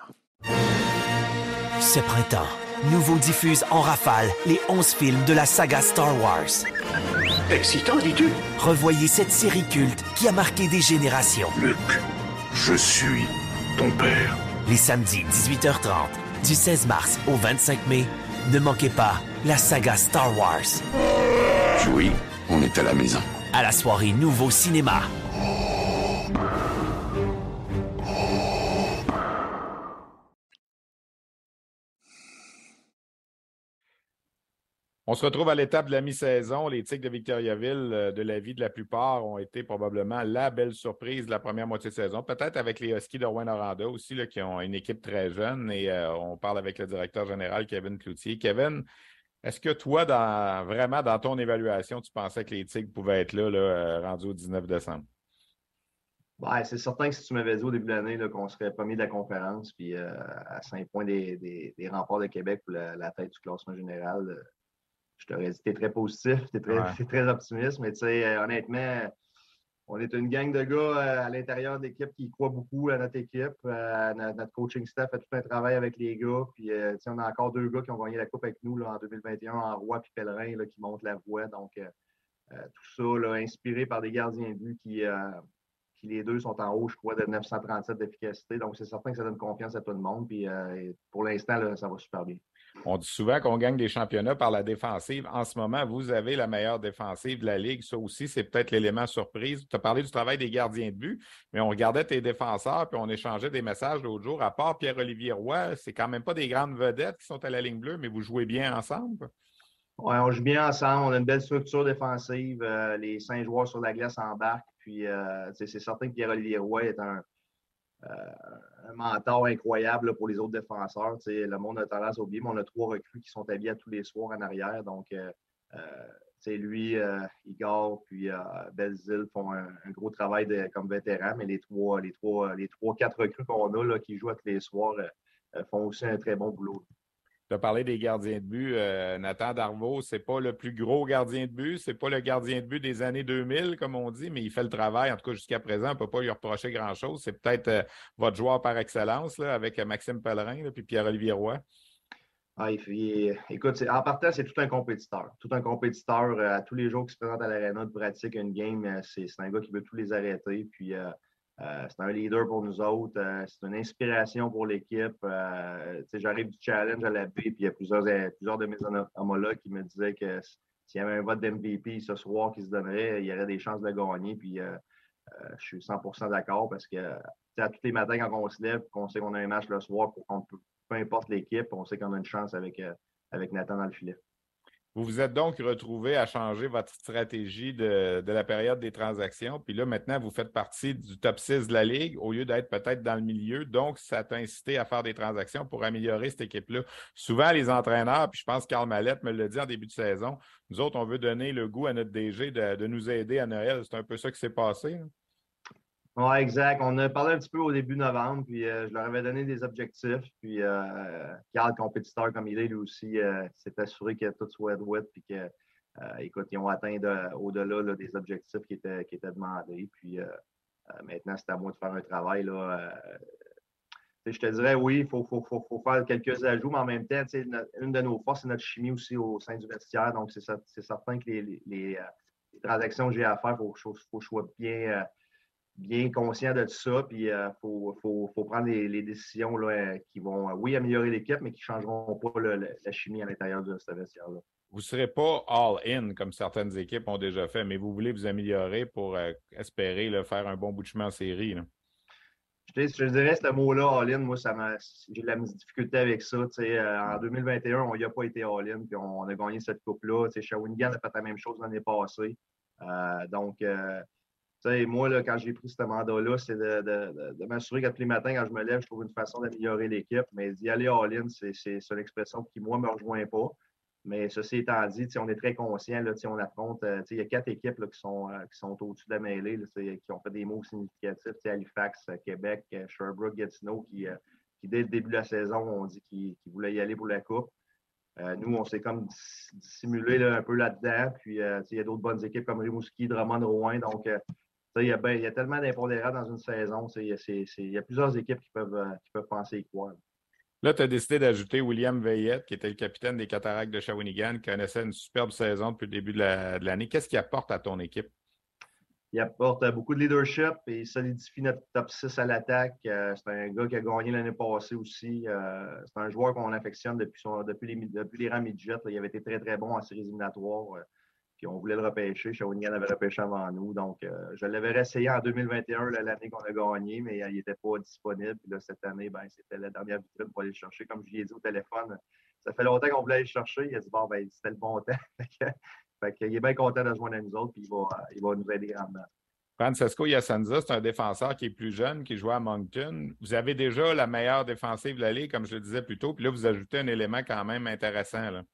Ce printemps, Nouveau diffuse en rafale les onze films de la saga Star Wars. Excitant, dis-tu? Revoyez cette série culte qui a marqué des générations. Luke, je suis ton père. Les samedis dix-huit heures trente, du seize mars au vingt-cinq mai, ne manquez pas la saga Star Wars. Oui, on est à la maison. À la soirée Nouveau Cinéma. On se retrouve à l'étape de la mi-saison. Les Tigres de Victoriaville, euh, de la vie de la plupart, ont été probablement la belle surprise de la première moitié de saison. Peut-être avec les Huskies de Rouyn-Noranda aussi, là, qui ont une équipe très jeune. Et euh, on parle avec le directeur général, Kevin Cloutier. Kevin, est-ce que toi, dans, vraiment, dans ton évaluation, tu pensais que les Tigres pouvaient être là, là euh, rendus au dix-neuf décembre? Ouais, c'est certain que si tu m'avais dit au début de l'année là, qu'on serait premier de la conférence, puis euh, à cinq points des, des, des remparts de Québec pour la, la tête du classement général, euh, je t'aurais dit que tu es très positif, tu es très, ouais. t'es très optimiste, mais tu sais, euh, honnêtement, on est une gang de gars euh, à l'intérieur de l'équipe qui croient beaucoup à notre équipe. Euh, notre, notre coaching staff fait tout un travail avec les gars. Puis, euh, on a encore deux gars qui ont gagné la Coupe avec nous là, en deux mille vingt et un, en Roy et Pellerin, là, qui montent la voie. Donc, euh, euh, tout ça là, inspiré par des gardiens de but qui, euh, qui, les deux, sont en haut, je crois, de neuf cent trente-sept d'efficacité. Donc, c'est certain que ça donne confiance à tout le monde. Puis, euh, pour l'instant, là, ça va super bien. On dit souvent qu'on gagne des championnats par la défensive. En ce moment, vous avez la meilleure défensive de la Ligue. Ça aussi, c'est peut-être l'élément surprise. Tu as parlé du travail des gardiens de but, mais on regardait tes défenseurs puis on échangeait des messages l'autre jour. À part Pierre-Olivier Roy, c'est quand même pas des grandes vedettes qui sont à la ligne bleue, mais vous jouez bien ensemble. Oui, on joue bien ensemble. On a une belle structure défensive. Euh, les cinq joueurs sur la glace embarquent. Puis, euh, c'est certain que Pierre-Olivier Roy est un Euh, un mentor incroyable là, pour les autres défenseurs. T'sais, le monde a tendance à oublier, mais on a trois recrues qui sont habillés tous les soirs en arrière. Donc, euh, euh, lui, euh, Igor, puis euh, Belzile font un, un gros travail de, comme vétérans, mais les trois, les trois, les trois, quatre recrues qu'on a là, qui jouent tous les soirs euh, font aussi un très bon boulot. Tu as parlé des gardiens de but. Euh, Nathan Darvaux, c'est pas le plus gros gardien de but. C'est pas le gardien de but des années deux mille, comme on dit, mais il fait le travail. En tout cas, jusqu'à présent, on ne peut pas lui reprocher grand-chose. C'est peut-être euh, votre joueur par excellence là, avec Maxime Pellerin et Pierre-Olivier Roy. Ah, il fait, écoute, en partant, c'est tout un compétiteur. Tout un compétiteur. Euh, à tous les jours qui se présente à l'aréna de pratique une game, c'est un gars qui veut tous les arrêter. Puis, euh, Euh, c'est un leader pour nous autres. Euh, c'est une inspiration pour l'équipe. Euh, J'arrive du challenge à la baie, puis il y a plusieurs, plusieurs de mes homologues qui me disaient que s'il y avait un vote d'M V P ce soir qui se donnerait, il y aurait des chances de gagner. Puis euh, euh, je suis cent pour cent d'accord parce que à tous les matins, quand on se lève, qu'on sait qu'on a un match le soir, pour qu'on peut, peu importe l'équipe, on sait qu'on a une chance avec, euh, avec Nathan dans le filet. Vous vous êtes donc retrouvé à changer votre stratégie de, de la période des transactions. Puis là, maintenant, vous faites partie du top six de la Ligue au lieu d'être peut-être dans le milieu. Donc, ça t'a incité à faire des transactions pour améliorer cette équipe-là. Souvent, les entraîneurs, puis je pense que Carl Mallette me l'a dit en début de saison, nous autres, on veut donner le goût à notre D G de, de nous aider à Noël. C'est un peu ça qui s'est passé. Hein? Oui, exact. On a parlé un petit peu au début novembre, puis euh, je leur avais donné des objectifs. Puis euh, Carl, compétiteur comme il est, lui aussi, euh, s'est assuré que tout soit douette, puis que euh, écoute, ils ont atteint de, au-delà là, des objectifs qui étaient, qui étaient demandés. Puis euh, euh, maintenant, c'est à moi de faire un travail. Là, euh, je te dirais, oui, il faut, faut, faut, faut faire quelques ajouts, mais en même temps, notre, une de nos forces, c'est notre chimie aussi au sein du vestiaire. Donc, c'est, c'est certain que les, les, les, les transactions que j'ai à faire, il faut, faut que je sois bien, bien conscient de tout ça. Puis, il euh, faut, faut, faut prendre les, les décisions là, qui vont, oui, améliorer l'équipe, mais qui ne changeront pas là, la chimie à l'intérieur de ce vestiaire-là. Vous ne serez pas all-in comme certaines équipes ont déjà fait, mais vous voulez vous améliorer pour euh, espérer là, faire un bon bout de chemin en série. Là. Je, je dirais ce mot-là, all-in, moi, ça m'a, j'ai de la difficulté avec ça. Euh, en deux mille vingt et un, on n'y a pas été all-in, puis on, on a gagné cette coupe-là. Shawinigan a fait la même chose l'année passée. Euh, donc, euh, moi, là, quand j'ai pris ce mandat-là, c'est de, de, de, de m'assurer que tous les matins, quand je me lève, je trouve une façon d'améliorer l'équipe. Mais d'y aller all-in, c'est, c'est, c'est une expression qui, moi, ne me rejoint pas. Mais ceci étant dit, on est très conscient, là, on affronte, il y a quatre équipes là, qui, sont, euh, qui sont au-dessus de la mêlée, là, qui ont fait des mots significatifs, Halifax, Québec, Sherbrooke, Gatineau, qui, euh, qui, dès le début de la saison, ont dit qu'ils, qu'ils voulaient y aller pour la Coupe. Euh, nous, on s'est comme dissimulé là, un peu là-dedans. Puis, euh, il y a d'autres bonnes équipes comme Rimouski, Drummond, Rouen. Donc, euh, il y, a, ben, il y a tellement d'impondérables dans une saison. Il y, a, c'est, c'est, il y a plusieurs équipes qui peuvent, euh, qui peuvent penser y croire. Là, tu as décidé d'ajouter William Veillette, qui était le capitaine des Cataractes de Shawinigan, qui connaissait une superbe saison depuis le début de, la, de l'année. Qu'est-ce qu'il apporte à ton équipe? Il apporte beaucoup de leadership et il solidifie notre top six à l'attaque. Euh, c'est un gars qui a gagné l'année passée aussi. Euh, c'est un joueur qu'on affectionne depuis, son, depuis, les, depuis les rangs midget. Il avait été très, très bon en séries éliminatoires. Euh, puis on voulait le repêcher. Shawinigan avait repêché avant nous. Donc, euh, je l'avais réessayé en deux mille vingt et un, là, l'année qu'on a gagné, mais euh, il n'était pas disponible. Puis là, cette année, ben, c'était la dernière vitrine pour aller le chercher. Comme je lui ai dit au téléphone, ça fait longtemps qu'on voulait aller le chercher. Il a dit, bon, ben, c'était le bon temps. Fait qu'il est bien content de se joindre à nous autres, puis il va, il va nous aider grandement. Francesco Iasanza, c'est un défenseur qui est plus jeune, qui joue à Moncton. Vous avez déjà la meilleure défensive de la Ligue, comme je le disais plus tôt, puis là, vous ajoutez un élément quand même intéressant. Là.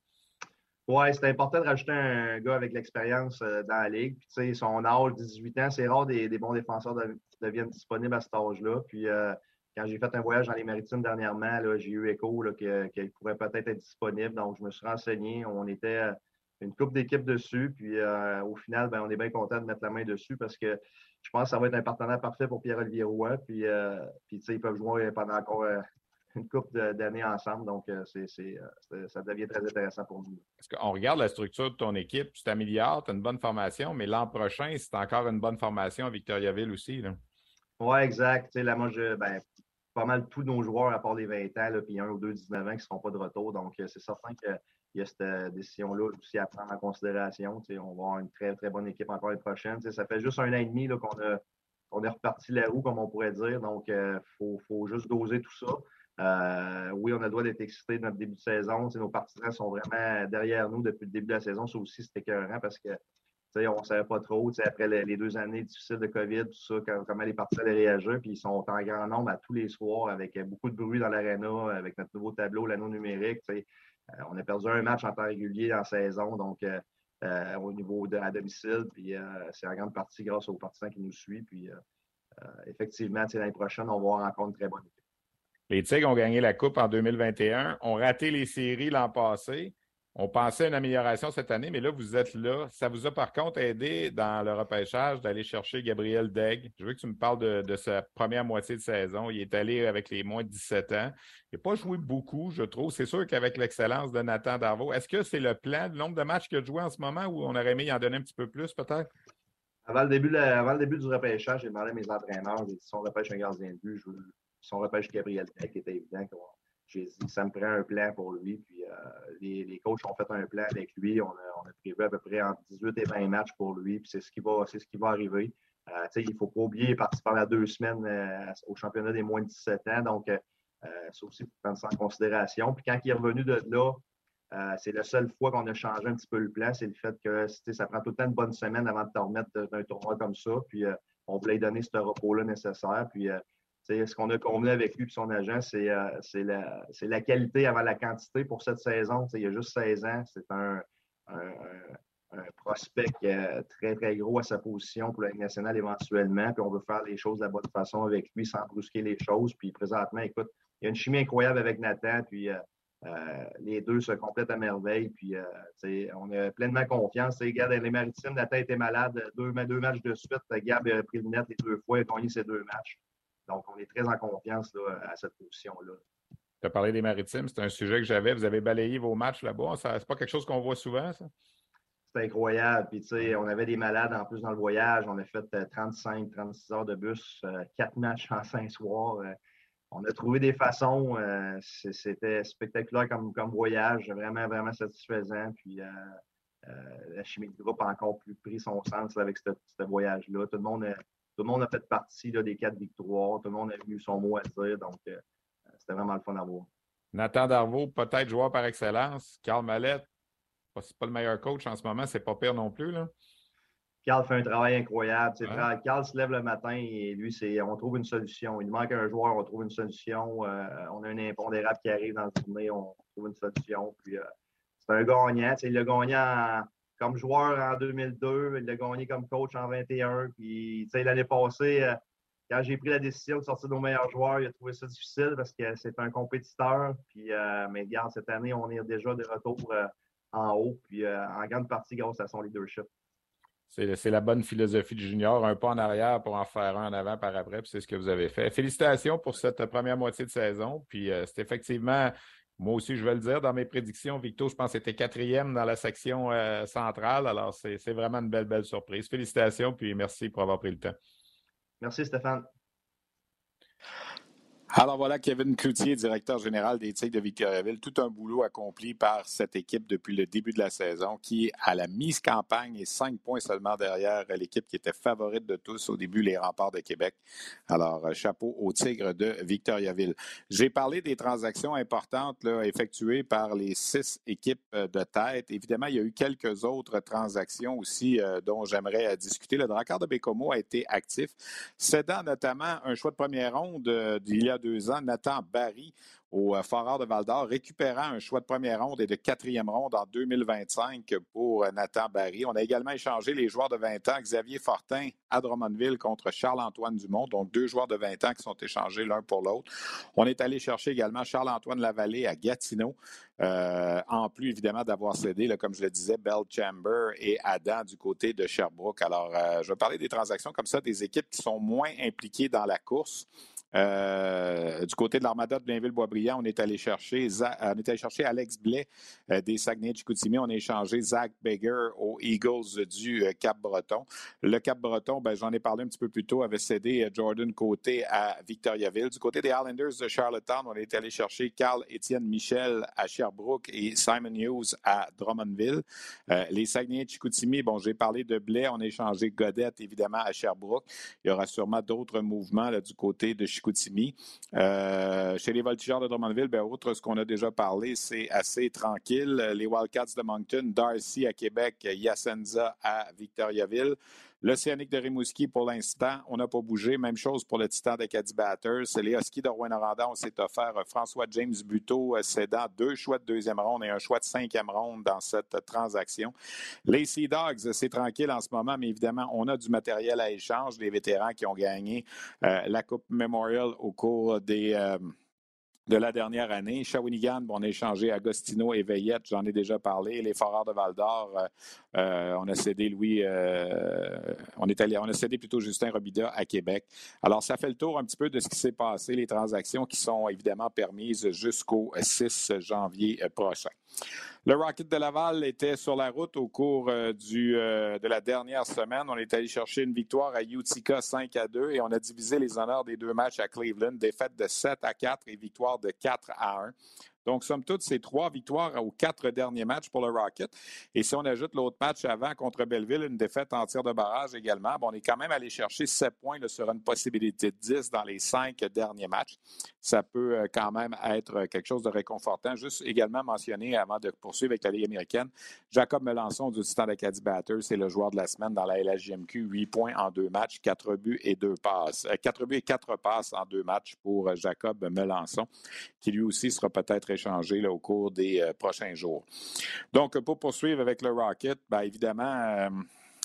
Oui, c'est important de rajouter un gars avec l'expérience euh, dans la Ligue. Puis, tu sais, son âge, dix-huit ans, c'est rare des, des bons défenseurs de, deviennent disponibles à cet âge-là. Puis, euh, quand j'ai fait un voyage dans les Maritimes dernièrement, là, j'ai eu écho là, que, qu'il pourrait peut-être être disponible. Donc, je me suis renseigné. On était une couple d'équipes dessus. Puis, euh, au final, ben, on est bien content de mettre la main dessus parce que je pense que ça va être un partenaire parfait pour Pierre-Olivier Roy. Puis, euh, puis tu sais, ils peuvent jouer pendant encore euh, une couple d'années ensemble. Donc, euh, c'est, c'est, c'est, ça devient très intéressant pour nous. Parce qu'on regarde la structure de ton équipe, tu t'améliores, tu as une bonne formation, mais l'an prochain, c'est encore une bonne formation à Victoriaville aussi. Oui, exact. Tu sais, là, moi, je, ben, pas mal tous nos joueurs, à part les vingt ans, là, puis un ou deux dix-neuf ans qui ne seront pas de retour. Donc, c'est certain qu'il y a cette décision-là aussi à prendre en considération. Tu sais, on va avoir une très, très bonne équipe encore l'année prochaine. Tu sais, ça fait juste un an et demi là, qu'on a, qu'on a reparti la roue, comme on pourrait dire. Donc, il euh, faut, faut juste doser tout ça. Euh, oui, on a le droit d'être excité de notre début de saison. Tu sais, nos partisans sont vraiment derrière nous depuis le début de la saison. Ça aussi, c'était écœurant parce que tu sais, on ne savait pas trop. Tu sais, après les, les deux années difficiles de COVID, tout ça, quand, comment les partisans allaient réagir. Puis ils sont en grand nombre à tous les soirs avec beaucoup de bruit dans l'aréna, avec notre nouveau tableau, l'anneau numérique. Tu sais, euh, on a perdu un match en temps régulier en saison, donc euh, euh, au niveau de à domicile. Puis euh, c'est en grande partie grâce aux partisans qui nous suivent. Puis euh, euh, effectivement, tu sais, l'année prochaine, on va avoir encore une très bonne équipe. Les Tigres ont gagné la Coupe en deux mille vingt et un, ont raté les séries l'an passé. On pensait à une amélioration cette année, mais là, vous êtes là. Ça vous a par contre aidé dans le repêchage d'aller chercher Gabriel Daigle. Je veux que tu me parles de, de sa première moitié de saison. Il est allé avec les moins de dix-sept ans. Il n'a pas joué beaucoup, je trouve. C'est sûr qu'avec l'excellence de Nathan Darvaux, est-ce que c'est le plan, le nombre de matchs qu'il a joué en ce moment ou on aurait aimé y en donner un petit peu plus peut-être? Avant le début, la, avant le début du repêchage, j'ai demandé à mes entraîneurs, j'ai dit si on repêche un gardien de but, je veux, si on repêche Gabriel Daigle, qui était évident qu'on j'ai dit ça me prend un plan pour lui. Puis euh, les, les coachs ont fait un plan avec lui. On a, on a prévu à peu près entre dix-huit et vingt matchs pour lui. Puis c'est ce qui va, c'est ce qui va arriver. Euh, il ne faut pas oublier, il est parti pendant deux semaines euh, au championnat des moins de dix-sept ans. Donc, euh, ça aussi, il faut prendre ça en considération. Puis quand il est revenu de là, euh, c'est la seule fois qu'on a changé un petit peu le plan. C'est le fait que ça prend tout le temps une bonne semaine avant de te remettre d'un tournoi comme ça. Puis euh, on voulait lui donner ce repos-là nécessaire. Puis euh, T'sais, ce qu'on a convenu avec lui et son agent, c'est, euh, c'est, la, c'est la qualité avant la quantité pour cette saison. T'sais, il y a juste seize ans. C'est un, un, un, un prospect euh, très, très gros à sa position pour la Ligue nationale éventuellement. Puis on veut faire les choses de la bonne façon avec lui sans brusquer les choses. Puis présentement, écoute, il y a une chimie incroyable avec Nathan. Puis euh, euh, les deux se complètent à merveille. Puis, euh, on a pleinement confiance. T'sais, Gab, les Maritimes, la tête est malade. Deux, deux matchs de suite. Gab a pris le net les deux fois. Il a gagné ses deux matchs. Donc, on est très en confiance là, à cette position-là. Tu as parlé des Maritimes. C'est un sujet que j'avais. Vous avez balayé vos matchs là-bas. Ce n'est pas quelque chose qu'on voit souvent, ça? C'est incroyable. Puis, tu sais, on avait des malades en plus dans le voyage. On a fait trente-cinq, trente-six heures de bus, quatre matchs en cinq soirs. On a trouvé des façons. Euh, c'était spectaculaire comme, comme voyage, vraiment, vraiment satisfaisant. Puis, euh, euh, la chimie de groupe a encore plus pris son sens là, avec ce, ce voyage-là. Tout le monde a, tout le monde a fait partie là, des quatre victoires. Tout le monde a eu son mot à dire. Donc, euh, c'était vraiment le fun à voir. Nathan Darvaux, peut-être joueur par excellence. Carl Mallette, c'est pas le meilleur coach en ce moment. C'est pas pire non plus, là. Carl fait un travail incroyable. Ouais. Carl se lève le matin et lui, c'est on trouve une solution. Il nous manque un joueur, on trouve une solution. Euh, on a un impondérable qui arrive dans le tournée, on trouve une solution. Puis, euh, c'est un gagnant. Il l'a gagné en, comme joueur en deux mille deux, il l'a gagné comme coach en vingt et un. Puis, l'année passée, euh, quand j'ai pris la décision de sortir nos meilleurs joueurs, il a trouvé ça difficile parce que c'est un compétiteur. Puis, euh, mais regarde, cette année, on est déjà de retour euh, en haut, puis euh, en grande partie grâce à son leadership. C'est, c'est la bonne philosophie du junior, un pas en arrière pour en faire un en avant par après, puis c'est ce que vous avez fait. Félicitations pour cette première moitié de saison, puis euh, c'est effectivement, moi aussi je vais le dire, dans mes prédictions, Victo, je pense que c'était quatrième dans la section euh, centrale, alors c'est, c'est vraiment une belle, belle surprise. Félicitations, puis merci pour avoir pris le temps. Merci Stéphane. Alors voilà, Kevin Cloutier, directeur général des Tigres de Victoriaville. Tout un boulot accompli par cette équipe depuis le début de la saison qui, à la mi-campagne, est cinq points seulement derrière l'équipe qui était favorite de tous au début, les Remparts de Québec. Alors, chapeau aux Tigres de Victoriaville. J'ai parlé des transactions importantes là, effectuées par les six équipes de tête. Évidemment, il y a eu quelques autres transactions aussi euh, dont j'aimerais euh, discuter. Le Drakkar de Baie-Comeau a été actif, cédant notamment un choix de première ronde euh, d'il y a deux ans, Nathan Barry, au Foreurs de Val-d'Or, récupérant un choix de première ronde et de quatrième ronde en deux mille vingt-cinq pour Nathan Barry. On a également échangé les joueurs de vingt ans, Xavier Fortin à Drummondville contre Charles-Antoine Dumont, donc deux joueurs de vingt ans qui sont échangés l'un pour l'autre. On est allé chercher également Charles-Antoine Lavallée à Gatineau, euh, en plus évidemment d'avoir cédé, là, comme je le disais, Bell Chamber et Adam du côté de Sherbrooke. Alors, euh, je vais parler des transactions comme ça, des équipes qui sont moins impliquées dans la course. Euh, du côté de l'Armada de Blainville-Boisbriand, on est allé chercher Zach, on est allé chercher Alex Blais euh, des Saguenay-Chicoutimi. On a échangé Zach Beggar aux Eagles du euh, Cap-Breton. Le Cap-Breton, ben, j'en ai parlé un petit peu plus tôt, avait cédé euh, Jordan Côté à Victoriaville. Du côté des Islanders de Charlottetown, on est allé chercher Carl-Étienne Michel à Sherbrooke et Simon Hughes à Drummondville. Euh, les Saguenay-Chicoutimi, bon, j'ai parlé de Blais. On a échangé Godette, évidemment, à Sherbrooke. Il y aura sûrement d'autres mouvements là, du côté de Chicoutimi. Euh, chez les Voltigeurs de Drummondville, bien, outre ce qu'on a déjà parlé, c'est assez tranquille. Les Wildcats de Moncton, Darcy à Québec, Yacenza à Victoriaville. L'Océanique de Rimouski, pour l'instant, on n'a pas bougé. Même chose pour le Titan d'Acadie Batters. Les Huskies de Rouyn-Noranda, on s'est offert François James Buteau, cédant deux choix de deuxième ronde et un choix de cinquième ronde dans cette transaction. Les Sea Dogs, c'est tranquille en ce moment, mais évidemment, on a du matériel à échange. Les vétérans qui ont gagné euh, la Coupe Memorial au cours des... Euh, de la dernière année. Shawinigan, on a échangé Agostino et Veillette, j'en ai déjà parlé. Les Foreurs de Val-d'Or, euh, euh, on a cédé Louis, euh, on est allé, on a cédé plutôt Justin Robida à Québec. Alors, ça fait le tour un petit peu de ce qui s'est passé, les transactions qui sont évidemment permises jusqu'au six janvier prochain. Le Rocket de Laval était sur la route au cours euh, du, euh, de la dernière semaine. On est allé chercher une victoire à Utica cinq à deux et on a divisé les honneurs des deux matchs à Cleveland. Défaite de sept à quatre et victoire de quatre à un. Donc, somme toute, c'est trois victoires aux quatre derniers matchs pour le Rocket. Et si on ajoute l'autre match avant contre Belleville, une défaite en tir de barrage également, bon, on est quand même allé chercher sept points là, sur une possibilité de dix dans les cinq derniers matchs. Ça peut euh, quand même être quelque chose de réconfortant. Juste également mentionner, avant de poursuivre avec la Ligue américaine, Jacob Melançon du Titan d'Acadie Batters, c'est le joueur de la semaine dans la L H J M Q. huit points en deux matchs, quatre buts et deux passes. Euh, quatre buts et quatre passes en deux matchs pour euh, Jacob Melançon, qui lui aussi sera peut-être échangé là, au cours des euh, prochains jours. Donc, pour poursuivre avec le Rocket, bien évidemment, euh,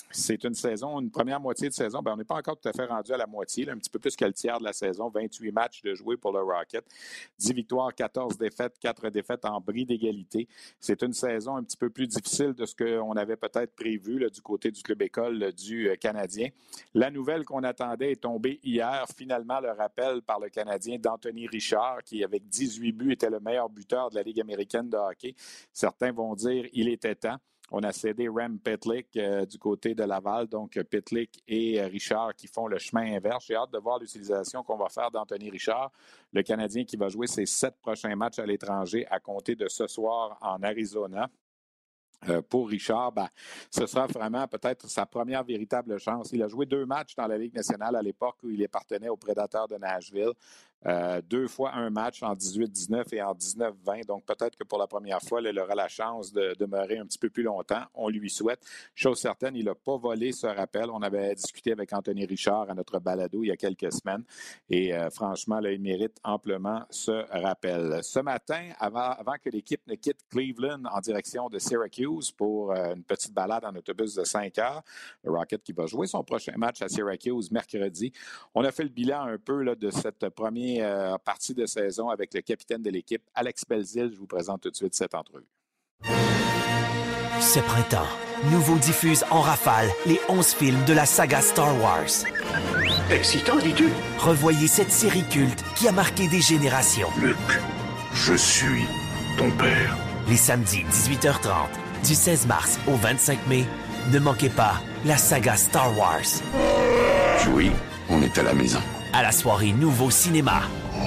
c'est une saison, une première moitié de saison. Ben, on n'est pas encore tout à fait rendu à la moitié, là, un petit peu plus que le tiers de la saison. vingt-huit matchs de jouer pour le Rocket. dix victoires, quatorze défaites, quatre défaites en bris d'égalité. C'est une saison un petit peu plus difficile de ce qu'on avait peut-être prévu là, du côté du club école là, du euh, Canadien. La nouvelle qu'on attendait est tombée hier. Finalement, le rappel par le Canadien d'Anthony Richard, qui avec dix-huit buts était le meilleur buteur de la Ligue américaine de hockey. Certains vont dire il était temps. On a cédé Rem Pitlick euh, du côté de Laval, donc Pitlick et euh, Richard qui font le chemin inverse. J'ai hâte de voir l'utilisation qu'on va faire d'Anthony Richard, le Canadien qui va jouer ses sept prochains matchs à l'étranger à compter de ce soir en Arizona. Euh, pour Richard, ben, ce sera vraiment peut-être sa première véritable chance. Il a joué deux matchs dans la Ligue nationale à l'époque où il appartenait aux Prédateurs de Nashville. Euh, deux fois un match en dix-huit dix-neuf et en dix-neuf vingt. Donc, peut-être que pour la première fois, là, il aura la chance de demeurer un petit peu plus longtemps. On lui souhaite. Chose certaine, il n'a pas volé ce rappel. On avait discuté avec Anthony Richard à notre balado il y a quelques semaines. Et euh, franchement, là, il mérite amplement ce rappel. Ce matin, avant, avant que l'équipe ne quitte Cleveland en direction de Syracuse pour euh, une petite balade en autobus de cinq heures, le Rocket qui va jouer son prochain match à Syracuse mercredi. On a fait le bilan un peu là, de cette première Euh, partie de saison avec le capitaine de l'équipe, Alex Belzile. Je vous présente tout de suite cette entrevue. Ce printemps, Nouveau diffuse en rafale les onze films de la saga Star Wars. Excitant, dis-tu? Revoyez cette série culte qui a marqué des générations. Luke, je suis ton père. Les samedis dix-huit heures trente, du seize mars au vingt-cinq mai, ne manquez pas la saga Star Wars. Oui, on est à la maison. À la soirée Nouveau Cinéma.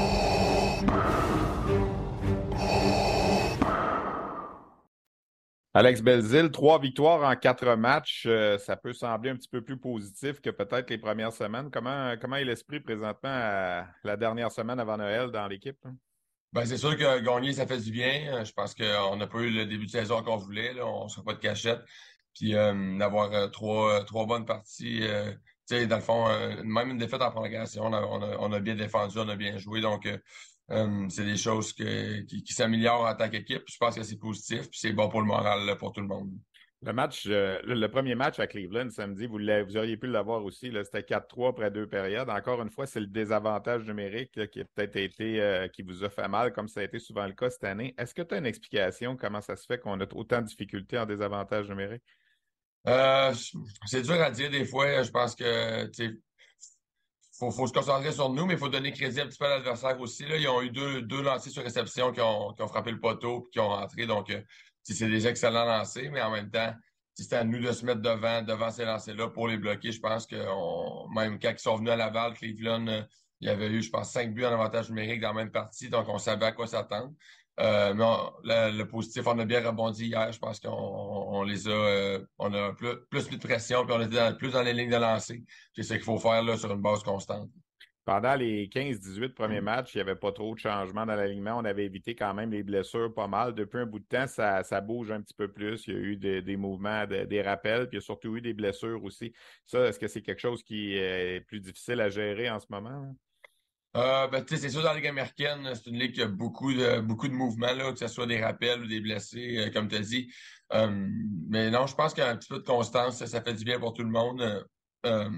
Alex Belzile, trois victoires en quatre matchs. Euh, ça peut sembler un petit peu plus positif que peut-être les premières semaines. Comment, comment est l'esprit présentement à la dernière semaine avant Noël dans l'équipe? Hein? Ben, c'est sûr que gagner, ça fait du bien. Je pense qu'on n'a pas eu le début de saison qu'on voulait. Là. On ne sera pas de cachette. Puis euh, d'avoir euh, trois, trois bonnes parties. Euh, tu sais, dans le fond, euh, même une défaite en prolongation, on a, on, a, on a bien défendu, on a bien joué. Donc, euh, euh, c'est des choses que, qui, qui s'améliorent en tant qu'équipe. Je pense que c'est positif. Puis c'est bon pour le moral là, pour tout le monde. Le match, euh, le, le premier match à Cleveland samedi, vous, vous auriez pu l'avoir aussi. Là, c'était quatre trois après deux périodes. Encore une fois, c'est le désavantage numérique là, qui a peut-être été, euh, qui vous a fait mal, comme ça a été souvent le cas cette année. Est-ce que tu as une explication comment ça se fait qu'on a autant de difficultés en désavantage numérique? Euh, c'est dur à dire des fois. Je pense que tu sais, faut, faut se concentrer sur nous, mais il faut donner crédit un petit peu à l'adversaire aussi. Là. Ils ont eu deux, deux lancers sur réception qui ont, qui ont frappé le poteau et qui ont rentré. Donc, euh, c'est des excellents lancers, mais en même temps, c'est à nous de se mettre devant, devant ces lancers-là pour les bloquer. Je pense que on, même quand ils sont venus à Laval, Cleveland, euh, il y avait eu, je pense, cinq buts en avantage numérique dans la même partie. Donc, on savait à quoi s'attendre. Euh, mais on, le, le positif, on a bien rebondi hier. Je pense qu'on on les a, euh, on a plus, plus mis de pression, puis on était dans, plus dans les lignes de lancer. C'est ce qu'il faut faire là sur une base constante. Pendant les quinze dix-huit premiers matchs, il n'y avait pas trop de changements dans l'alignement. On avait évité quand même les blessures pas mal. Depuis un bout de temps, ça, ça bouge un petit peu plus. Il y a eu des, des mouvements, de, des rappels, puis il y a surtout eu des blessures aussi. Ça, est-ce que c'est quelque chose qui est plus difficile à gérer en ce moment? Euh, ben, tu sais, c'est sûr, dans la Ligue américaine, c'est une ligue qui a beaucoup de, beaucoup de mouvements, là, que ce soit des rappels ou des blessés, euh, comme tu as dit. Euh, mais non, je pense qu'un petit peu de constance, ça, ça fait du bien pour tout le monde. Euh, euh,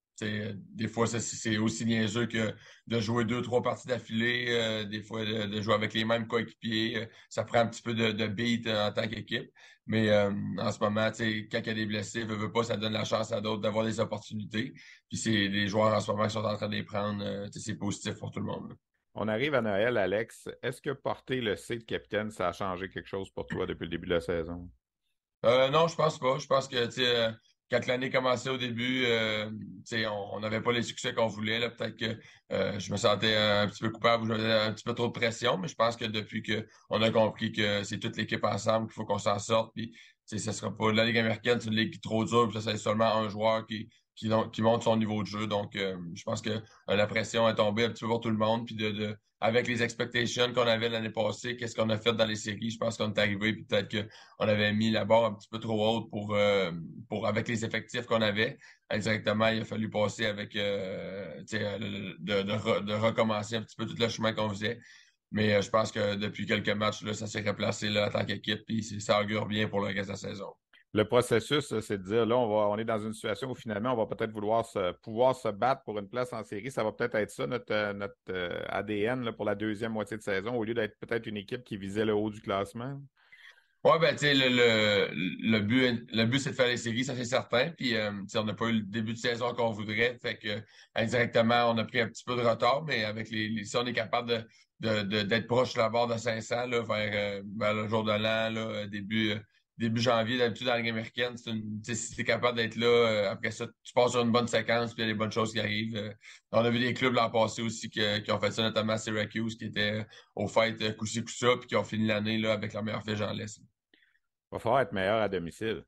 des fois, ça, c'est aussi niaiseux que de jouer deux, trois parties d'affilée, euh, des fois de, de jouer avec les mêmes coéquipiers. Euh, ça prend un petit peu de, de beat euh, en tant qu'équipe. Mais euh, en ce moment, quand il y a des blessés, veut, veut pas, ça donne la chance à d'autres d'avoir des opportunités. Puis c'est les joueurs en ce moment qui sont en train de les prendre. Euh, c'est positif pour tout le monde. Là. On arrive à Noël, Alex. Est-ce que porter le C de capitaine, ça a changé quelque chose pour toi depuis le début de la saison? Euh, non, je pense pas. Je pense que tu sais, quand l'année commençait au début, euh, on n'avait pas les succès qu'on voulait. Là. Peut-être que euh, je me sentais un petit peu coupable ou j'avais un petit peu trop de pression, mais je pense que depuis qu'on a compris que c'est toute l'équipe ensemble qu'il faut qu'on s'en sorte, puis ce ne sera pas la Ligue américaine, c'est une ligue trop dure, puis ça, c'est seulement un joueur qui, qui, qui monte son niveau de jeu. Donc, euh, je pense que euh, la pression est tombée un petit peu pour tout le monde, puis de, de avec les expectations qu'on avait l'année passée, qu'est-ce qu'on a fait dans les séries, je pense qu'on est arrivé, puis peut-être qu'on avait mis la barre un petit peu trop haute pour, euh, pour avec les effectifs qu'on avait. Indirectement, il a fallu passer avec euh, de, de, de, de recommencer un petit peu tout le chemin qu'on faisait. Mais euh, je pense que depuis quelques matchs, là, ça s'est replacé là, en tant qu'équipe, puis ça augure bien pour le reste de la saison. Le processus, c'est de dire, là, on, va, on est dans une situation où finalement, on va peut-être vouloir se, pouvoir se battre pour une place en série. Ça va peut-être être ça, notre, notre euh, A D N là, pour la deuxième moitié de saison, au lieu d'être peut-être une équipe qui visait le haut du classement. Ouais, ben, tu sais, le, le, le but, le but, c'est de faire les séries, ça, c'est certain. Puis, euh, tu sais, on n'a pas eu le début de saison qu'on voudrait. Fait que, indirectement, on a pris un petit peu de retard, mais avec les, les si on est capable de, de, de- d'être proche de la barre de cinq cents, là, vers, euh, vers le jour de l'an, là, début, euh, début janvier, d'habitude, dans la Ligue américaine, c'est une, tu sais, si t'es capable d'être là, euh, après ça, tu passes sur une bonne séquence, puis il y a des bonnes choses qui arrivent. Euh, on a vu des clubs l'an passé aussi qui, qui ont fait ça, notamment Syracuse, qui était au fait euh, coup-ci, coup-ça, puis qui ont fini l'année, là, avec leur meilleure fiche en l'Est. Il va falloir être meilleur à domicile.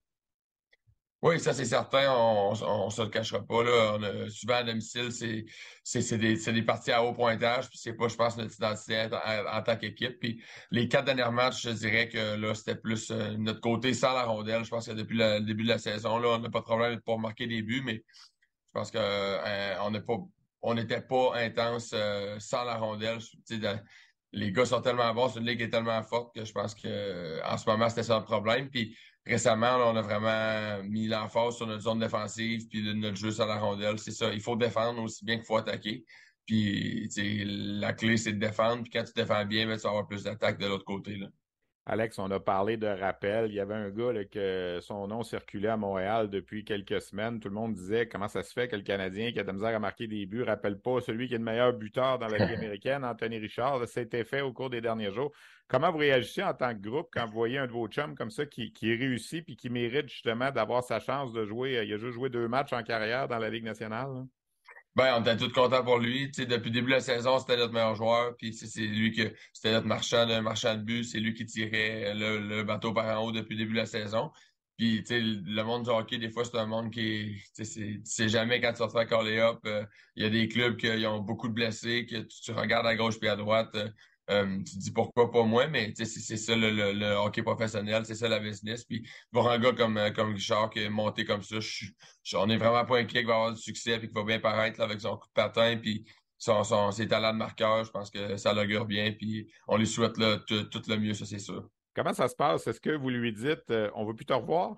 Oui, ça c'est certain, on ne se le cachera pas. Là. On a, souvent à domicile, c'est, c'est, c'est des, c'est des parties à haut pointage, puis c'est pas, je pense, notre identité en, en, en tant qu'équipe. Puis les quatre dernières matchs, je dirais que là, c'était plus euh, notre côté sans la rondelle. Je pense que depuis le début de la saison, là, on n'a pas de problème pour marquer des buts, mais je pense que euh, on n'est pas on n'était pas intense euh, sans la rondelle. Tu sais, de- les gars sont tellement bons, c'est une ligue qui est tellement forte que je pense que euh, en ce moment, c'était ça le problème. Puis récemment, là, on a vraiment mis l'emphase sur notre zone défensive puis de notre jeu sur la rondelle. C'est ça. Il faut défendre aussi bien qu'il faut attaquer. Puis tu sais, la clé, c'est de défendre. Puis quand tu défends bien, ben, tu vas avoir plus d'attaques de l'autre côté. Là. Alex, on a parlé de rappel. Il y avait un gars là, que son nom circulait à Montréal depuis quelques semaines. Tout le monde disait comment ça se fait que le Canadien qui a de la misère à marquer des buts ne rappelle pas celui qui est le meilleur buteur dans la Ligue américaine, Anthony Richard. Ça a été fait au cours des derniers jours. Comment vous réagissez en tant que groupe quand vous voyez un de vos chums comme ça qui, qui réussit et qui mérite justement d'avoir sa chance de jouer? Il a juste joué deux matchs en carrière dans la Ligue nationale. Là. Ben, on était tous contents pour lui. Tu sais, depuis le début de la saison, c'était notre meilleur joueur. Puis c'est lui que c'était notre marchand de marchand de but. C'est lui qui tirait le, le bateau par en haut depuis le début de la saison. Puis tu sais, le monde du hockey, des fois, c'est un monde qui est. Tu sais, tu sais jamais quand tu vas te faire caller up. Euh, Il y a des clubs qui ont beaucoup de blessés, que tu, tu regardes à gauche puis à droite. Euh, euh, tu te dis pourquoi pas moi, mais tu sais, c'est c'est ça le, le, le hockey professionnel, c'est ça la business. Puis voir un gars comme, euh, comme Richard qui est monté comme ça, je suis on n'est vraiment pas inquiet qu'il va avoir du succès et qu'il va bien paraître là, avec son coup de patin puis son, son, ses talents de marqueur. Je pense que ça l'augure bien. Puis on lui souhaite là, tout, tout le mieux, ça, c'est sûr. Comment ça se passe? Est-ce que vous lui dites euh, on ne veut plus te revoir?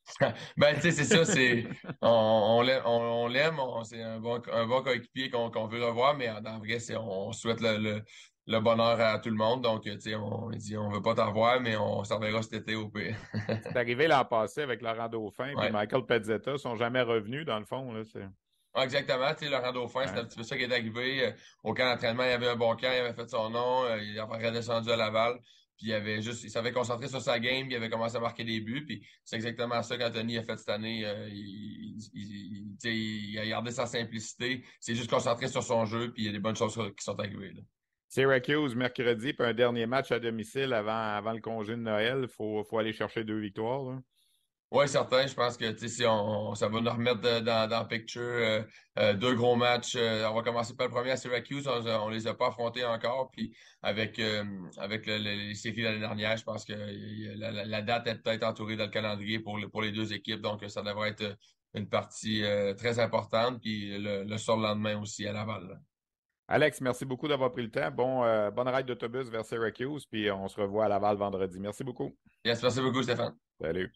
Ben, tu sais, c'est ça, c'est. On, on l'aime, on, on l'aime, on- c'est un bon, un bon coéquipier qu'on qu'on veut revoir, mais en, en vrai, c'est, on souhaite le, le, le bonheur à tout le monde. Donc, tu sais, on dit on veut pas t'en revoir, mais on s'en verra cet été au pire. C'est arrivé l'an passé avec Laurent Dauphin et Ouais. Michael Pezzetta. Ils ne sont jamais revenus, dans le fond. Là, c'est... Ah, exactement. Tu sais, Laurent Dauphin, Ouais. c'était un petit peu ça qui est arrivé. Euh, Au camp d'entraînement, il avait un bon camp, il avait fait son nom, euh, il avait redescendu à Laval, puis il avait juste, il s'avait concentré sur sa game, il avait commencé à marquer des buts, puis c'est exactement ça qu'Anthony a fait cette année. Euh, il, il, il, tu sais, il a gardé sa simplicité, c'est juste concentré sur son jeu, puis il y a des bonnes choses qui sont arrivées. Là. Syracuse, mercredi, puis un dernier match à domicile avant, avant le congé de Noël. Il faut, faut aller chercher deux victoires. Là. Oui, certain. Je pense que si on, ça va nous remettre de- dans, dans le picture. Euh, euh, deux gros matchs. Euh, on va commencer par le premier à Syracuse. On, on les a pas affrontés encore. Puis avec, euh, avec le, le, les séries de l'année dernière, je pense que la, la, la date est peut-être entourée dans le calendrier pour, le, pour les deux équipes. Donc, ça devrait être une partie euh, très importante. Puis le, le surlendemain aussi à Laval. Là. Alex, merci beaucoup d'avoir pris le temps. Bon, euh, bonne ride d'autobus vers Syracuse, puis on se revoit à Laval vendredi. Merci beaucoup. Yes, merci beaucoup, Stéphane. Salut.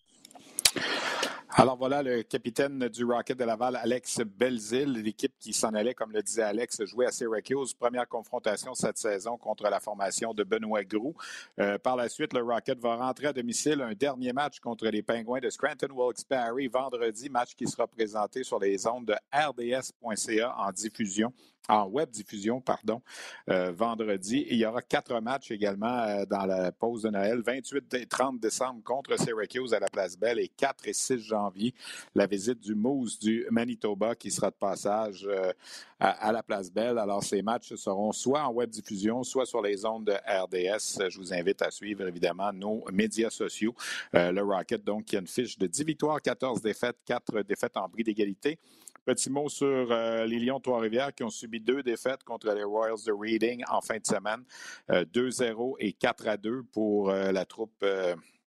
Alors voilà le capitaine du Rocket de Laval, Alex Belzile, l'équipe qui s'en allait, comme le disait Alex, jouer à Syracuse. Première confrontation cette saison contre la formation de Benoît Groux. Euh, par la suite, le Rocket va rentrer à domicile un dernier match contre les Pingouins de Scranton-Wilkes-Barre vendredi, match qui sera présenté sur les ondes de R D S point C A en diffusion. En web diffusion, pardon, euh, vendredi. Et il y aura quatre matchs également euh, dans la pause de Noël, vingt-huit et trente décembre contre Syracuse à la Place Belle et quatre et six janvier, la visite du Moose du Manitoba qui sera de passage euh, à, à la Place Belle. Alors, ces matchs seront soit en web diffusion, soit sur les ondes de R D S. Je vous invite à suivre évidemment nos médias sociaux. Euh, le Rocket, donc, qui a une fiche de dix victoires, quatorze défaites, quatre défaites en bris d'égalité. Petit mot sur euh, les Lions de Trois-Rivières qui ont subi deux défaites contre les Royals de Reading en fin de semaine. Euh, deux zéro et quatre à deux pour euh, la troupe euh,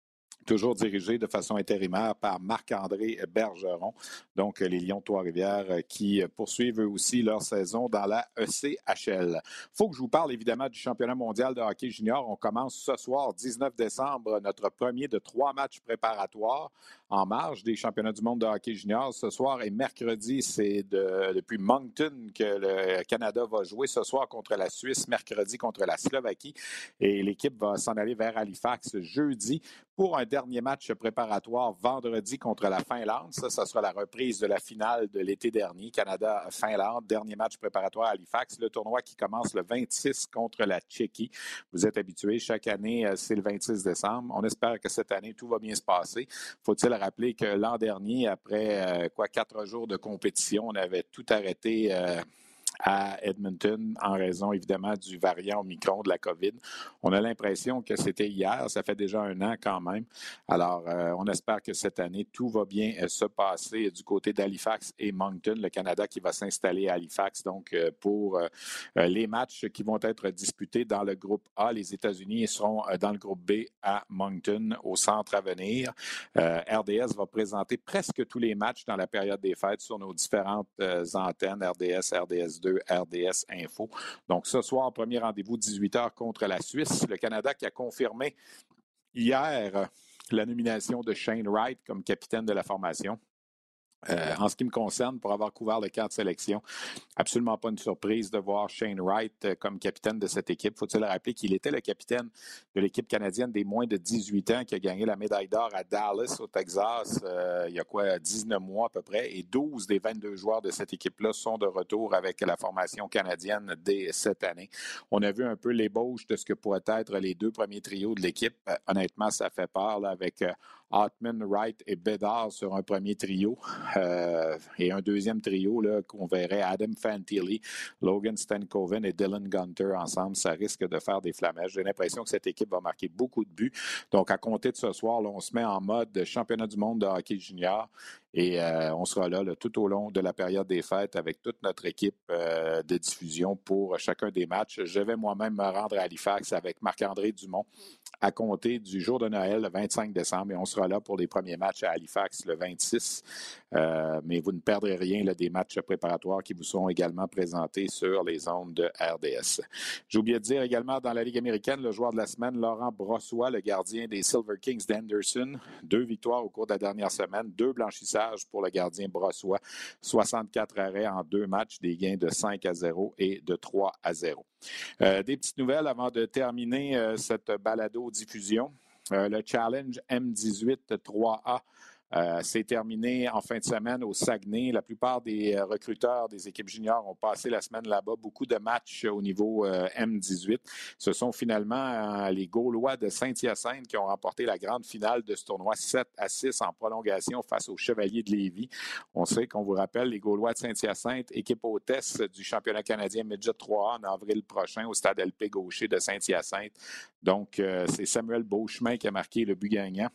toujours dirigé de façon intérimaire par Marc-André Bergeron. Donc, les Lions de Trois-Rivières qui poursuivent eux aussi leur saison dans la E C H L. Il faut que je vous parle évidemment du championnat mondial de hockey junior. On commence ce soir, dix-neuf décembre, notre premier de trois matchs préparatoires en marge des championnats du monde de hockey junior. Ce soir et mercredi, c'est de, depuis Moncton que le Canada va jouer. Ce soir contre la Suisse, mercredi contre la Slovaquie. Et l'équipe va s'en aller vers Halifax jeudi pour un dernier match préparatoire vendredi contre la Finlande. Ça, ça sera la reprise de la finale de l'été dernier, Canada-Finlande. Dernier match préparatoire à Halifax. Le tournoi qui commence le vingt-six contre la Tchéquie. Vous êtes habitués, chaque année, c'est le vingt-six décembre. On espère que cette année, tout va bien se passer. Faut-il rappeler que l'an dernier, après euh, quoi quatre jours de compétition, on avait tout arrêté euh, à Edmonton en raison évidemment du variant Omicron de la COVID. On a l'impression que c'était hier, ça fait déjà un an quand même. Alors, euh, on espère que cette année, tout va bien euh, se passer du côté d'Halifax et Moncton, le Canada qui va s'installer à Halifax. Donc, euh, pour euh, les matchs qui vont être disputés dans le groupe A, les États-Unis seront euh, dans le groupe B à Moncton, au Centre Avenir. Euh, R D S va présenter presque tous les matchs dans la période des fêtes sur nos différentes euh, antennes, R D S, R D S deux, R D S Info. Donc, ce soir, premier rendez-vous, dix-huit heures contre la Suisse. Le Canada qui a confirmé hier la nomination de Shane Wright comme capitaine de la formation. Euh, en ce qui me concerne, pour avoir couvert le camp de sélection, absolument pas une surprise de voir Shane Wright euh, comme capitaine de cette équipe. Faut-il rappeler qu'il était le capitaine de l'équipe canadienne des moins de dix-huit ans qui a gagné la médaille d'or à Dallas, au Texas, euh, il y a quoi, dix-neuf mois à peu près, et douze des vingt-deux joueurs de cette équipe-là sont de retour avec la formation canadienne dès cette année. On a vu un peu l'ébauche de ce que pourraient être les deux premiers trios de l'équipe. Euh, honnêtement, ça fait peur là, avec euh, Hartman, Wright et Bedard sur un premier trio. Euh, et un deuxième trio là, qu'on verrait Adam Fantilli, Logan Stankoven et Dylan Gunter ensemble, ça risque de faire des flamèches. J'ai l'impression que cette équipe va marquer beaucoup de buts. Donc, à compter de ce soir, là, on se met en mode championnat du monde de hockey junior et euh, on sera là, là tout au long de la période des fêtes avec toute notre équipe euh, de diffusion pour chacun des matchs. Je vais moi-même me rendre à Halifax avec Marc-André Dumont à compter du jour de Noël, le vingt-cinq décembre, et on sera là pour les premiers matchs à Halifax le vingt-six. Euh, mais vous ne perdrez rien là, des matchs préparatoires qui vous seront également présentés sur les ondes de R D S. J'ai oublié de dire également dans la Ligue américaine, le joueur de la semaine, Laurent Brossoit, le gardien des Silver Kings d'Anderson. Deux victoires au cours de la dernière semaine, deux blanchissages pour le gardien Brossoit, soixante-quatre arrêts en deux matchs, des gains de cinq à zéro et de trois à zéro. Euh, des petites nouvelles avant de terminer euh, cette balado-diffusion. Euh, le Challenge M dix-huit trois A Euh, c'est terminé en fin de semaine au Saguenay. La plupart des euh, recruteurs des équipes juniors ont passé la semaine là-bas. Beaucoup de matchs au niveau euh, M dix-huit. Ce sont finalement euh, les Gaulois de Saint-Hyacinthe qui ont remporté la grande finale de ce tournoi sept à six en prolongation face aux Chevaliers de Lévis. On sait qu'on vous rappelle, les Gaulois de Saint-Hyacinthe, équipe hôtesse du championnat canadien Midget trois A en avril prochain au stade L P Gaucher de Saint-Hyacinthe. Donc, euh, c'est Samuel Beauchemin qui a marqué le but gagnant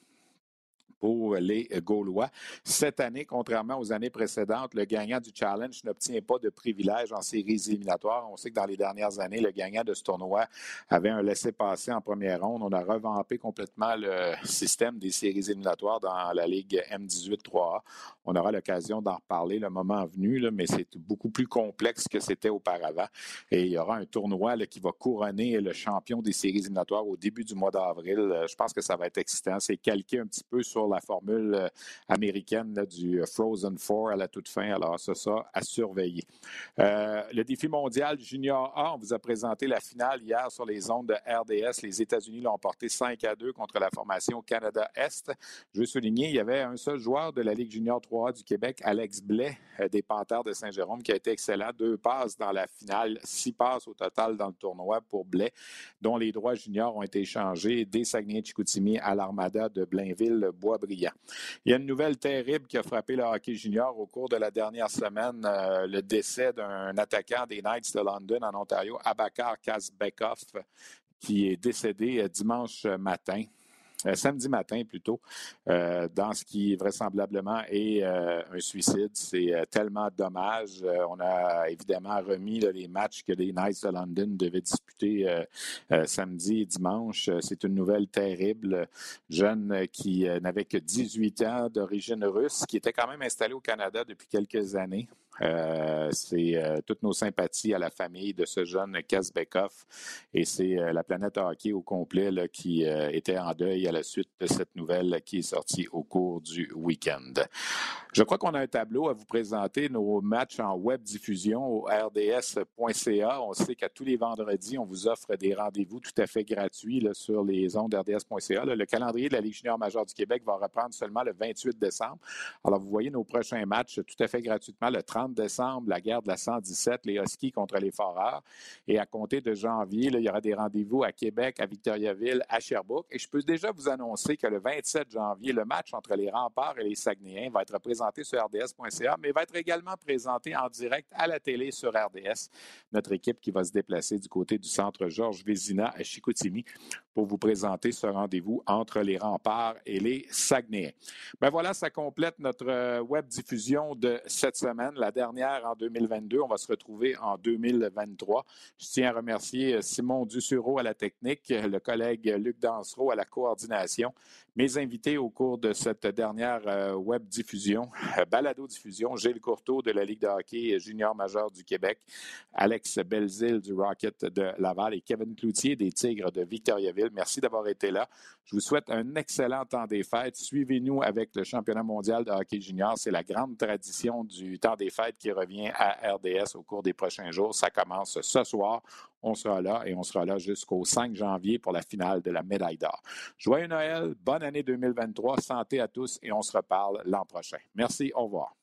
pour les Gaulois. Cette année, contrairement aux années précédentes, le gagnant du Challenge n'obtient pas de privilèges en séries éliminatoires. On sait que dans les dernières années, le gagnant de ce tournoi avait un laissez-passer en première ronde. On a revampé complètement le système des séries éliminatoires dans la Ligue M dix-huit trois A. On aura l'occasion d'en reparler le moment venu, là, mais c'est beaucoup plus complexe que c'était auparavant. Et il y aura un tournoi là, qui va couronner le champion des séries éliminatoires au début du mois d'avril. Je pense que ça va être excitant. C'est calqué un petit peu sur la formule euh, américaine là, du Frozen Four à la toute fin. Alors, c'est ça à surveiller. Euh, le défi mondial Junior A, on vous a présenté la finale hier sur les ondes de R D S. Les États-Unis l'ont emporté cinq à deux contre la formation Canada-Est. Je veux souligner, il y avait un seul joueur de la Ligue Junior trois A du Québec, Alex Blais, euh, des Panthères de Saint-Jérôme, qui a été excellent. Deux passes dans la finale, six passes au total dans le tournoi pour Blais, dont les droits juniors ont été échangés des Saguenay-Chicoutimi à l'Armada de Blainville-Boisbriand. Il y a une nouvelle terrible qui a frappé le hockey junior au cours de la dernière semaine, euh, le décès d'un attaquant des Knights de London en Ontario, Abakar Kazbekov, qui est décédé euh, dimanche matin. euh, samedi matin plutôt, euh, dans ce qui vraisemblablement est euh, un suicide. C'est euh, tellement dommage. Euh, on a évidemment remis là, les matchs que les Knights de London devaient disputer euh, euh, samedi et dimanche. C'est une nouvelle terrible. Jeune qui euh, n'avait que dix-huit ans, d'origine russe, qui était quand même installé au Canada depuis quelques années. Euh, c'est euh, toutes nos sympathies à la famille de ce jeune Kazbekov et c'est euh, la planète hockey au complet là, qui euh, était en deuil à la suite de cette nouvelle qui est sortie au cours du week-end. Je crois qu'on a un tableau à vous présenter, nos matchs en web diffusion au r d s point c a. On sait qu'à tous les vendredis, on vous offre des rendez-vous tout à fait gratuits là, sur les ondes r d s point c a. Là, le calendrier de la Ligue junior majeure du Québec va reprendre seulement le vingt-huit décembre. Alors, vous voyez nos prochains matchs tout à fait gratuitement le trente décembre, la guerre de la cent dix-sept, les Huskies contre les Foreurs. Et à compter de janvier, là, il y aura des rendez-vous à Québec, à Victoriaville, à Sherbrooke. Et je peux déjà vous annoncer que le vingt-sept janvier, le match entre les Remparts et les Saguenayens va être présenté sur r d s point c a, mais va être également présenté en direct à la télé sur R D S. Notre équipe qui va se déplacer du côté du centre Georges Vézina à Chicoutimi pour vous présenter ce rendez-vous entre les Remparts et les Saguenayens. Ben voilà, ça complète notre web diffusion de cette semaine, la dernière en deux mille vingt-deux. On va se retrouver en deux mille vingt-trois. Je tiens à remercier Simon Dussureau à la technique, le collègue Luc Dansereau à la coordination, mes invités au cours de cette dernière web diffusion, balado-diffusion, Gilles Courteau de la Ligue de hockey junior majeur du Québec, Alex Belzile du Rocket de Laval et Kevin Cloutier des Tigres de Victoriaville. Merci d'avoir été là. Je vous souhaite un excellent temps des fêtes. Suivez-nous avec le championnat mondial de hockey junior. C'est la grande tradition du temps des fêtes qui revient à R D S au cours des prochains jours. Ça commence ce soir. On sera là et on sera là jusqu'au cinq janvier pour la finale de la médaille d'or. Joyeux Noël, bonne année deux mille vingt-trois, santé à tous et on se reparle l'an prochain. Merci, au revoir.